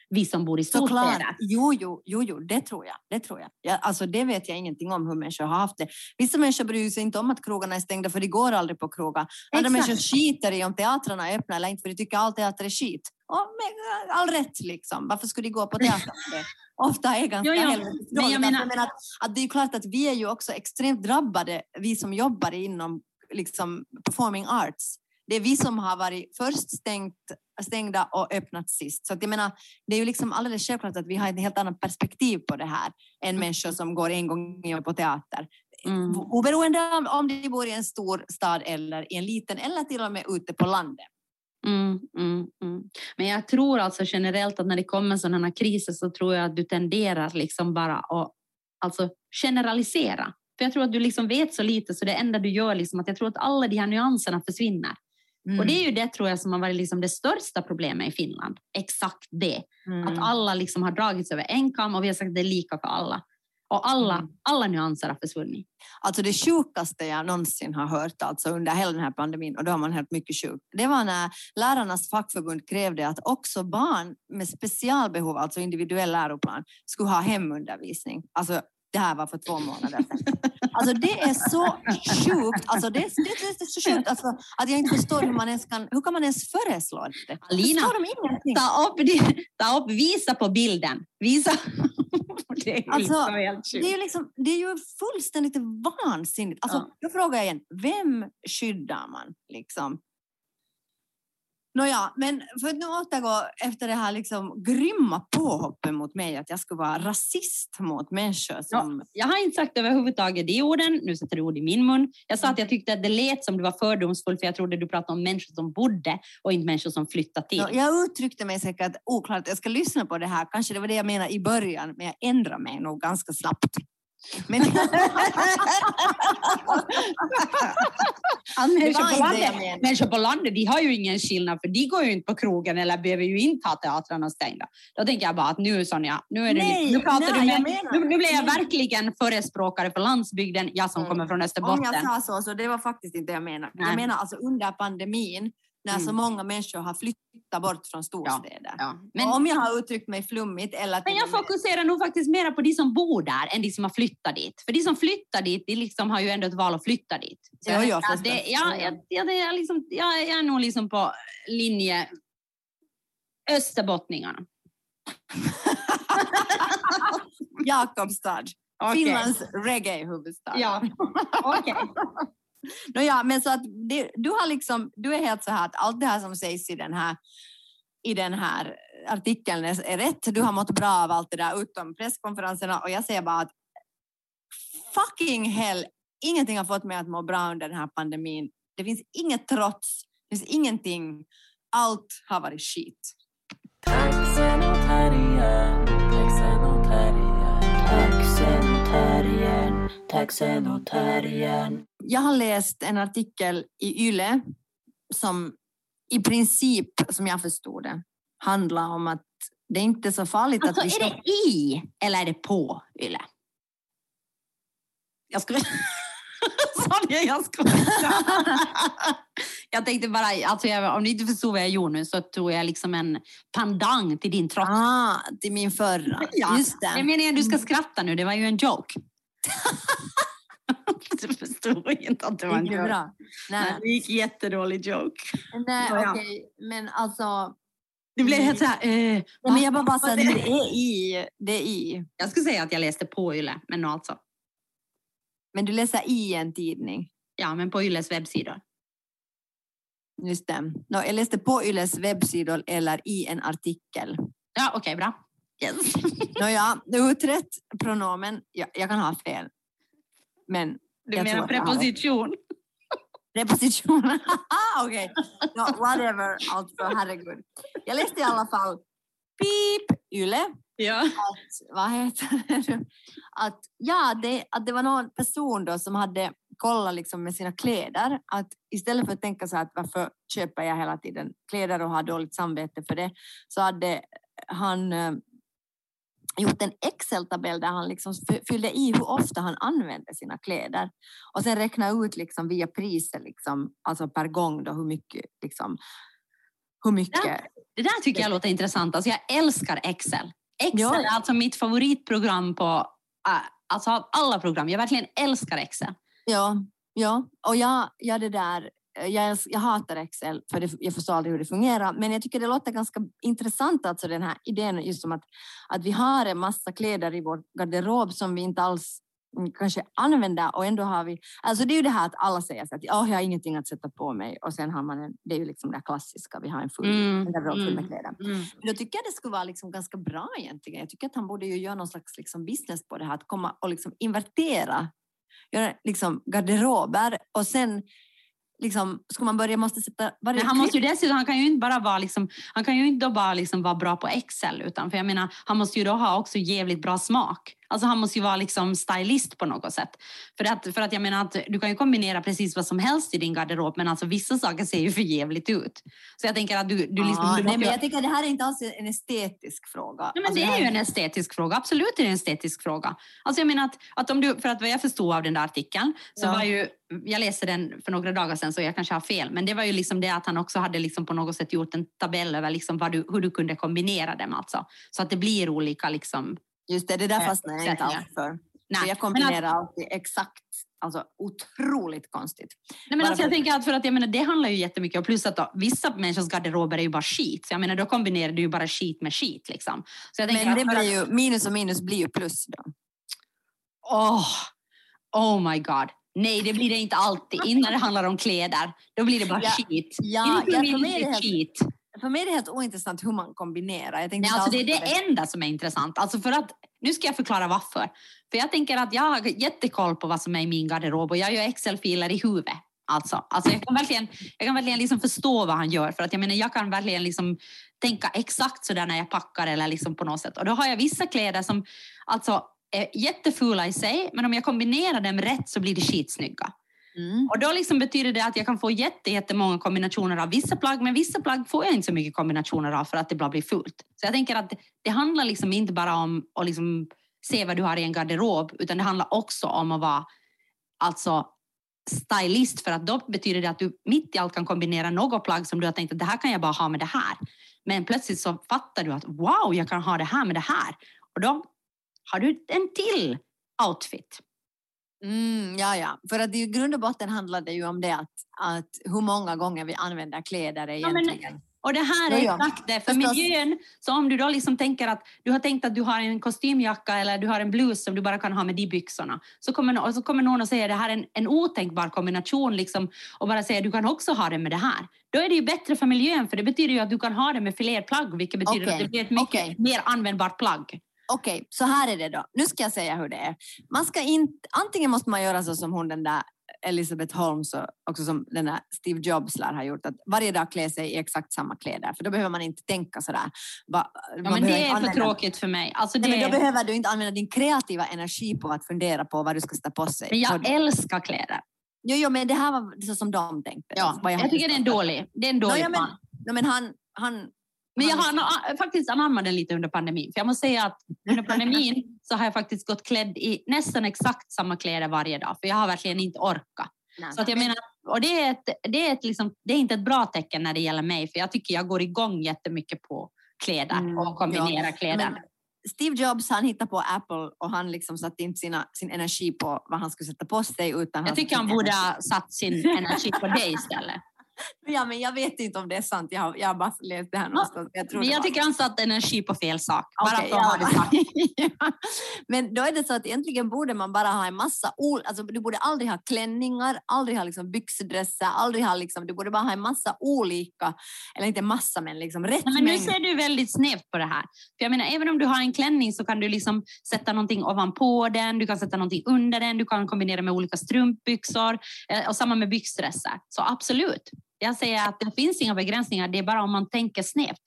vi som bor i storstäder. Jo, jo, jo, jo, det tror jag. Det tror jag. Ja, alltså det vet jag ingenting om hur människor har haft det. Vissa människor bryr sig inte om att krogarna är stängda för det går aldrig på krogar. Andra Exakt. människor skiter i om teatrarna är öppna eller inte för de tycker all teater är skit. Och med all rätt liksom. Varför skulle de gå på teater? Ofta är ganska jo, jo. helvetigt. Men jag menar... jag menar att, att det är klart att vi är ju också extremt drabbade, vi som jobbar inom liksom, performing arts. Det är vi som har varit först stängt, stängda och öppnat sist. Så att jag menar, det är ju liksom alldeles självklart att vi har ett helt annat perspektiv på det här än mm. människor som går en gång på teater. Mm. Oberoende om, om de bor i en stor stad eller i en liten eller till och med ute på landet. Mm, mm, mm. Men jag tror alltså generellt att när det kommer sådana här kriser så tror jag att du tenderar liksom bara att alltså generalisera. För jag tror att du liksom vet så lite så det enda du gör liksom att jag tror att alla de här nyanserna försvinner. Mm. Och det är ju det tror jag som har varit liksom det största problemet i Finland. Exakt det. Mm. Att alla liksom har dragits över en kam och vi har sagt att det är lika för alla. Och alla, mm. alla nyanser har försvunnit. Alltså det sjukaste jag någonsin har hört alltså under hela den här pandemin, och då har man hört mycket sjukt, det var när lärarnas fackförbund krävde att också barn med specialbehov, alltså individuell läroplan, skulle ha hemundervisning. Alltså det här var för två månader sedan. Alltså det är så sjukt. Alltså det, det, det är så sjukt alltså, att jag inte förstår hur man ens kan, hur kan man ens föreslå det? Alina, ta upp, ta upp, visa på bilden. Visa. Det är, alltså, liksom det, är liksom, det är ju fullständigt vansinnigt. Alltså, ja. Då frågar jag igen, vem skyddar man? Liksom? Nåja, men för att nu återgå efter det här liksom grymma påhoppen mot mig att jag skulle vara rasist mot människor. Som... Ja, jag har inte sagt överhuvudtaget de orden, nu sätter du ord i min mun. Jag sa att jag tyckte att det lät som du var fördomsfull för jag trodde du pratade om människor som bodde och inte människor som flyttade till. Ja, jag uttryckte mig säkert oklart, jag ska lyssna på det här, kanske det var det jag menade i början, men jag ändrar mig nog ganska snabbt. Men... människor, på landet, människor på landet, de har ju ingen skillnad för de går ju inte på krogen eller behöver ju inte ha teatrarna stängda. Då tänker jag bara att nu Sonja, nu är det nej, nu pratar nej, du med, nu, nu blir jag verkligen förespråkare för landsbygden, jag som mm. kommer från Österbotten. Om jag sa så, så det var faktiskt inte det jag menar. Nej. Jag menar alltså under pandemin när mm. så många människor har flyttat bort från storstäder. Ja, ja. Men, om jag har uttryckt mig flummigt eller... Men jag fokuserar nog faktiskt mer på de som bor där än de som har flyttat dit. För de som flyttar dit, de liksom har ju ändå ett val att flytta dit. Så ja, jag, jag, det, ja, jag, jag, det är liksom, jag, jag är nog liksom på linje österbottningarna. Jakobstad. Okay. Finlands reggae-huvudstad. Ja, okej. Okay. No, ja, men så att det, du har liksom, du är helt så här att allt det här som sägs i den här i den här artikeln är, är rätt. Du har mått bra av allt det där utom presskonferenserna och jag säger bara att fucking hell, ingenting har fått mig att må bra under den här pandemin. Det finns inget trots, det finns ingenting. Allt har varit skit. Taxen och terriern, taxen och terriern, taxen och terriern, taxen och terriern. Jag har läst en artikel i Yle som i princip, som jag förstod det, handlar om att det är inte är så farligt alltså, att vi... Alltså är det i eller är det på Yle? Jag skulle... Sorry, jag skulle... Jag tänkte bara, alltså jag, om ni inte förstår vad jag gjorde nu så tror jag liksom en pandang till din trots. Ah, till min förra. Ja. Just det. Jag menar, du ska skratta nu, det var ju en joke. Du förstod inte att det var en joke. Bra. Nej. Det gick jättedålig joke. Nej, så, ja. Okej. Okay. Men alltså... Det blev helt så här... Eh, Nej, men jag bara bara säger att det är i. Det är i. Jag skulle säga att jag läste på Yle, men alltså. Men du läser i en tidning? Ja, men på Yles webbsidor. Just det. No, jag läste på Yles webbsidor eller i en artikel. Ja, okej, okay, bra. Yes. no, ja, du har rätt pronomen. Ja, jag kan ha fel. Men du jag menar preposition? Preposition. Okej. Okay. No, whatever. Alltså, herregud. Jag läste i alla fall pip Yle. Ja. Att, vad heter det? Att, ja, det, att det var någon person då som hade kollat liksom med sina kläder. Att istället för att tänka så här att varför köper jag hela tiden kläder och har dåligt samvete för det. Så hade han eh, gjort en Excel-tabell där han liksom fyllde i hur ofta han använde sina kläder. Och sen räkna ut liksom via priser liksom, alltså per gång då hur mycket liksom hur mycket... Det, det där tycker jag låter intressant. Alltså jag älskar Excel. Excel Ja. är alltså mitt favoritprogram på uh, alltså av alla program. Jag verkligen älskar Excel. Ja, ja. Och jag, jag det där... Jag, jag hatar Excel för det, jag förstår aldrig hur det fungerar, men jag tycker det låter ganska intressant, alltså den här idén just om att, att vi har en massa kläder i vår garderob som vi inte alls kanske använder, och ändå har vi, alltså det är ju det här att alla säger så att oh, jag har ingenting att sätta på mig, och sen har man en, det är ju liksom det klassiska, vi har en full mm, garderob full med mm, kläder. mm. Men då tycker jag det skulle vara liksom ganska bra egentligen. Jag tycker att han borde ju göra någon slags liksom business på det här, att komma och liksom invertera, göra liksom garderober, och sen liksom, ska man börja måste sätta varje... Men han måste ju dessutom, han kan ju inte bara vara liksom, han kan ju inte bara liksom vara bra på Excel, utan för jag menar, han måste ju då ha också jävligt bra smak. Alltså han måste ju vara liksom stylist på något sätt. För att, för att jag menar att du kan ju kombinera precis vad som helst i din garderob, men alltså vissa saker ser ju för jävligt ut. Så jag tänker att du, du liksom... Ah, du nej, men ju... jag tycker att det här är inte alls en estetisk fråga. Nej, men alltså, det är här... ju en estetisk fråga. Absolut är det en estetisk fråga. Alltså jag menar att, att om du, för att vad jag förstod av den där artikeln, så ja. var ju, jag läste den för några dagar sedan så jag kanske har fel, men det var ju liksom det att han också hade liksom på något sätt gjort en tabell över liksom vad du, hur du kunde kombinera dem alltså. Så att det blir olika liksom... Just det, det där fastnar jag inte alls för. Nej, jag kombinerar att... alltid exakt, alltså otroligt konstigt. Nej, men alltså jag tänker att för att jag menar, det handlar ju jättemycket om, plus att då, vissa människors garderober är ju bara skit. Så jag menar, då kombinerar du ju bara skit med skit liksom. Så jag men det att... blir ju, minus och minus blir ju plus då. Åh, oh, oh my god. Nej, det blir det inte alltid. Innan det handlar om kläder, då blir det bara ja, skit. Ja, det ja, för mig är det helt, skit. För mig är det helt ointressant hur man kombinerar. Jag Nej, alltså det är det, det enda som är intressant. Alltså för att, nu ska jag förklara varför. För jag tänker att jag har jättekoll på vad som är i min garderob, och jag gör Excel-filer i huvudet. Alltså, alltså jag kan verkligen, jag kan verkligen liksom förstå vad han gör. För att jag menar, jag kan verkligen liksom tänka exakt sådär när jag packar eller liksom på något sätt. Och då har jag vissa kläder som alltså är jättefula i sig, men om jag kombinerar dem rätt så blir det skitsnygga. Mm. Och då liksom betyder det att jag kan få jätte, jättemånga kombinationer av vissa plagg, men vissa plagg får jag inte så mycket kombinationer av för att det bara blir fult. Så jag tänker att det, det handlar liksom inte bara om att liksom se vad du har i en garderob, utan det handlar också om att vara alltså stylist, för att då betyder det att du mitt i allt kan kombinera något plagg som du har tänkt att det här kan jag bara ha med det här. Men plötsligt så fattar du att wow, jag kan ha det här med det här. Och då har du en till outfit. Mm, ja, ja. För att i grund och botten handlar det ju om det att, att hur många gånger vi använder kläder egentligen. Ja, men, och det här är ja, ja. exakt det. För miljön, så om du då liksom tänker att du har tänkt att du har en kostymjacka eller du har en blus som du bara kan ha med de byxorna. Så kommer, och så kommer någon och säger att det här är en, en otänkbar kombination liksom, och bara säger att du kan också ha det med det här. Då är det ju bättre för miljön, för det betyder ju att du kan ha det med fler plagg, vilket betyder okay. att det blir ett mycket okay. mer användbart plagg. Okej, okay, så här är det då. Nu ska jag säga hur det är. Man ska inte, antingen måste man göra så som hon den där Elizabeth Holmes och också som den där Steve Jobs lär ha gjort, att varje dag klä sig i exakt samma kläder, för då behöver man inte tänka sådär. Va, ja, men det är använda... för tråkigt för mig. Alltså det... Nej, men då behöver du inte använda din kreativa energi på att fundera på vad du ska sätta på sig. Men jag och... älskar kläder. Jo, jo, men det här var så som de tänkte. Ja, jag, jag tycker det är en dålig, det är en dålig no, ja, men, man. No, men han... han Men jag har faktiskt anammat den lite under pandemin. För jag måste säga att under pandemin så har jag faktiskt gått klädd i nästan exakt samma kläder varje dag. För jag har verkligen inte orkat. Nej, så att jag menar, och det är, ett, det, är ett liksom, det är inte ett bra tecken när det gäller mig. För jag tycker jag går igång jättemycket på kläder mm, och kombinerar ja. kläder. Men Steve Jobs, han hittade på Apple och han liksom satte inte sina, sin energi på vad han skulle sätta på sig. Utan jag tycker han borde ha satt sin energi på dig istället. Ja, men jag vet inte om det är sant. Jag har, jag har bara läst det här någonstans. Jag tror men jag var... tycker han satt energi på fel sak. Okay, bara ja. har det men då är det så att egentligen borde man bara ha en massa... Ol... Alltså, du borde aldrig ha klänningar, aldrig ha liksom byxdresser, aldrig ha liksom... Du borde bara ha en massa olika... Eller inte massa, men liksom rätt Nej, men nu mängd. ser du väldigt snävt på det här. För jag menar, även om du har en klänning så kan du liksom sätta någonting ovanpå den, du kan sätta någonting under den, du kan kombinera med olika strumpbyxor och samma med byxdresser. Så absolut. Jag säger att det finns inga begränsningar, det är bara om man tänker snävt.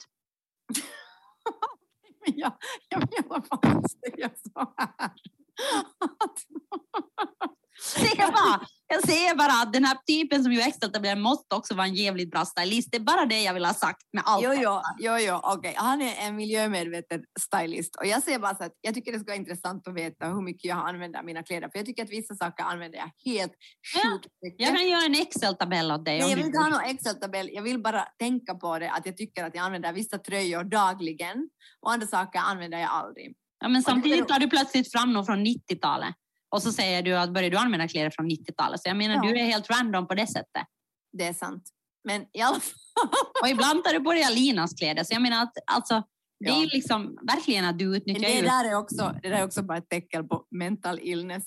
jag, jag menar faktiskt säga så här. Säger bara, jag säger bara att den här typen som ju Excel-tabellen måste också vara en jävligt bra stylist. Det är bara det jag vill ha sagt med allt. Jo, jo, jo, jo okej. Okay. Han är en miljömedveten stylist. Och jag säger bara så att jag tycker det ska vara intressant att veta hur mycket jag använder mina kläder. För jag tycker att vissa saker använder jag helt sjukt mycket. Jag kan göra en Excel-tabell åt dig. Nej, jag vill inte ha någon Excel-tabell. Jag vill bara tänka på det. Att jag tycker att jag använder vissa tröjor dagligen. Och andra saker använder jag aldrig. Ja, men samtidigt tar du plötsligt fram någon från nittiotalet. Och så säger du att börjar du använda kläder från nittiotalet. Så jag menar, ja. Du är helt random på det sättet. Det är sant. Men i alla fall... Och ibland tar du på dig Alinas kläder. Så jag menar att alltså, det ja. är ju liksom verkligen att du utnyttjar... Det där är också, det där är också bara ett tecken på mental illness.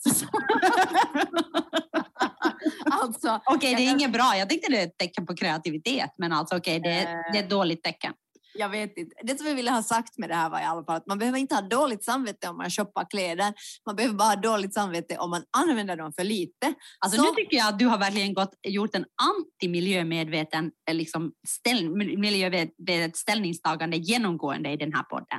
Alltså, okej, okay, det är inget bra. Jag tänkte det är ett tecken på kreativitet. Men alltså okej, okay, det, äh... det är ett dåligt tecken. Jag vet inte. Det som jag ville ha sagt med det här var i alla fall att man behöver inte ha dåligt samvete om man shoppar kläder. Man behöver bara ha dåligt samvete om man använder dem för lite. Alltså så... nu tycker jag att du har verkligen gått, gjort en anti-miljömedveten liksom ställ, miljömedvetet ställningstagande genomgående i den här podden.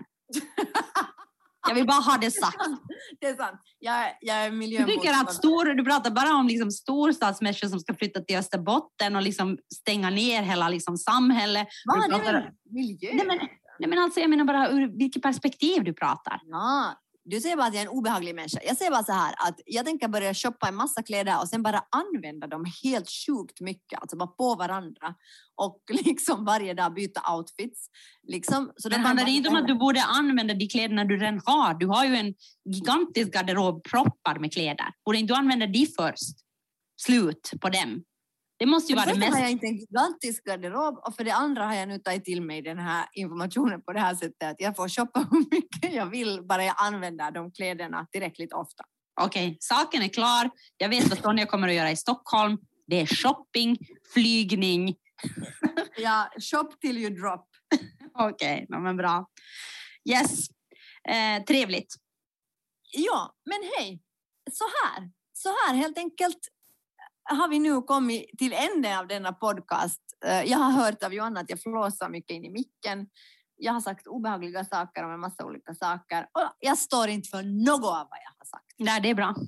Jag vill bara ha det sagt. Det är sant. Jag, jag är miljömotståndare. Du tycker att stor, du pratar bara om liksom storstadsmänniskor som ska flytta till Österbotten och liksom stänga ner hela liksom samhället. Vad pratar... är det? Miljö? Nej men, nej men alltså jag menar bara ur vilket perspektiv du pratar. Ja, du säger bara att jag är en obehaglig människa. Jag säger bara så här att jag tänker börja shoppa en massa kläder och sen bara använda dem helt sjukt mycket. Alltså bara på varandra. Och liksom varje dag byta outfits. Liksom, så men handlar det inte om att du borde använda de kläderna du redan har? Du har ju en gigantisk garderob proppar med kläder. Borde inte du använda de först? Slut på dem. Det måste ju vara det mest... har jag inte en gigantisk garderob och för det andra har jag nu tagit till mig den här informationen på det här sättet att jag får shoppa hur mycket jag vill bara jag använder de kläderna tillräckligt ofta. Okej, okay, saken är klar. Jag vet vad Sonja kommer att göra i Stockholm. Det är shopping, flygning. Ja, shop till you drop. Okej, okay, men bra. Yes, eh, trevligt. Ja, men hej. Så här, så här helt enkelt har vi nu kommit till änden av denna podcast. Jag har hört av Johanna att jag flåsar mycket in i micken. Jag har sagt obehagliga saker om en massa olika saker. Och jag står inte för något av vad jag har sagt. Nej, det är bra.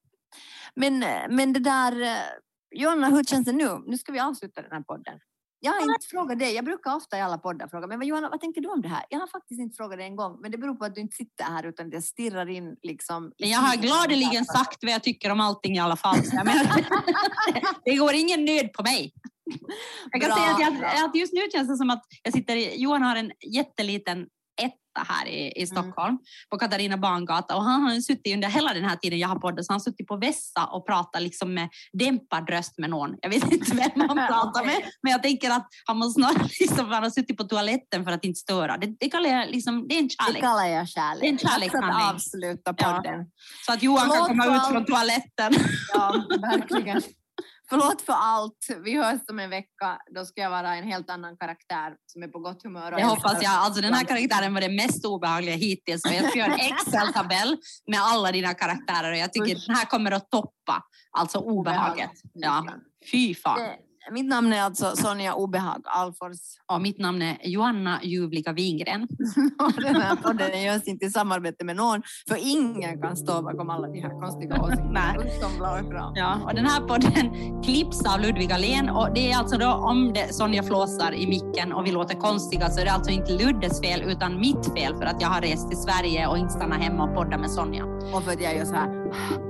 Men, men det där... Johanna, hur känns det nu? Nu ska vi avsluta den här podden. Jag har inte frågat dig. Jag brukar ofta i alla poddar fråga. Men Johanna, vad tänker du om det här? Jag har faktiskt inte frågat dig en gång. Men det beror på att du inte sitter här utan det stirrar in liksom... Jag har gladeligen sagt vad jag tycker om allting i alla fall. Jag menar, det går ingen nöd på mig. Jag kan bra, säga att, jag, att just nu känns det som att jag sitter i... Johan har en jätteliten etta här i, i Stockholm. Mm. På Katarina Bangata. Och han har suttit under hela den här tiden jag har poddat. Så han har suttit på vässa och pratat liksom med dämpad röst med någon. Jag vet inte vem han pratar med. Men jag tänker att han måste snarare liksom, han har suttit på toaletten för att inte störa. Det, det kallar jag liksom, det är en kärlek. Det kallar jag kärlek. Det är en kärlek. Att avsluta podden. Ja. Så att Johan Förlåt kan komma ut från toaletten. Ja, verkligen. Förlåt för allt. Vi hörs om en vecka. Då ska jag vara en helt annan karaktär som är på gott humör. Det hoppas jag. Alltså den här karaktären var det mest obehagliga hittills. Så jag ska göra en Excel-tabell med alla dina karaktärer. Och jag tycker att den här kommer att toppa. Alltså obehaget. Ja, fy fan. Det, mitt namn är alltså Sonja Obehag Alfors. Och mitt namn är Johanna Ljuvliga Wingren. Den här podden görs inte i samarbete med någon. För ingen kan stå bakom alla de här konstiga åsikterna. Ja, och den här podden klipps av Ludvig Alén. Och det är alltså då om det Sonja flåsar i micken och vi låter konstiga så är det alltså inte Luddes fel utan mitt fel för att jag har rest till Sverige och inte stannar hemma och podda med Sonja. Och för att jag gör så här.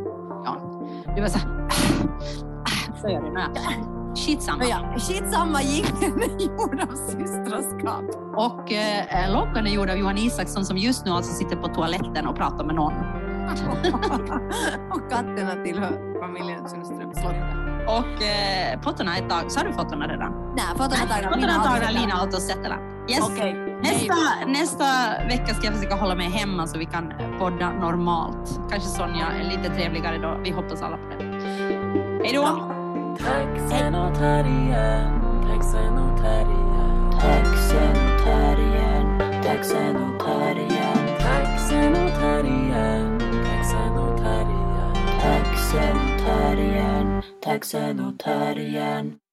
Ja, du var så här. Så gör du nu. Skitsamma. Ja, skitsamma jingeln är gjord av systraskap. Och eh, loggan är gjord av Johan Isaksson som just nu alltså sitter på toaletten och pratar med någon. Och katterna tillhör familjen Sundström Slotte. Och eh, fotona är tag. Så har du fotona redan? Nej, fotona är tagna. Fotona är tagna, Lina har och sätter den. Yes. Okay. Nästa, nästa vecka ska jag försöka hålla mig hemma så vi kan podda normalt. Kanske Sonja är lite trevligare då. Vi hoppas alla på det. Hej då! Ja. Taxenotarien, taxenotarien, taxenotarien, taxenotarien, taxenotarien, taxenotarien, taxenotarien, taxenotarien.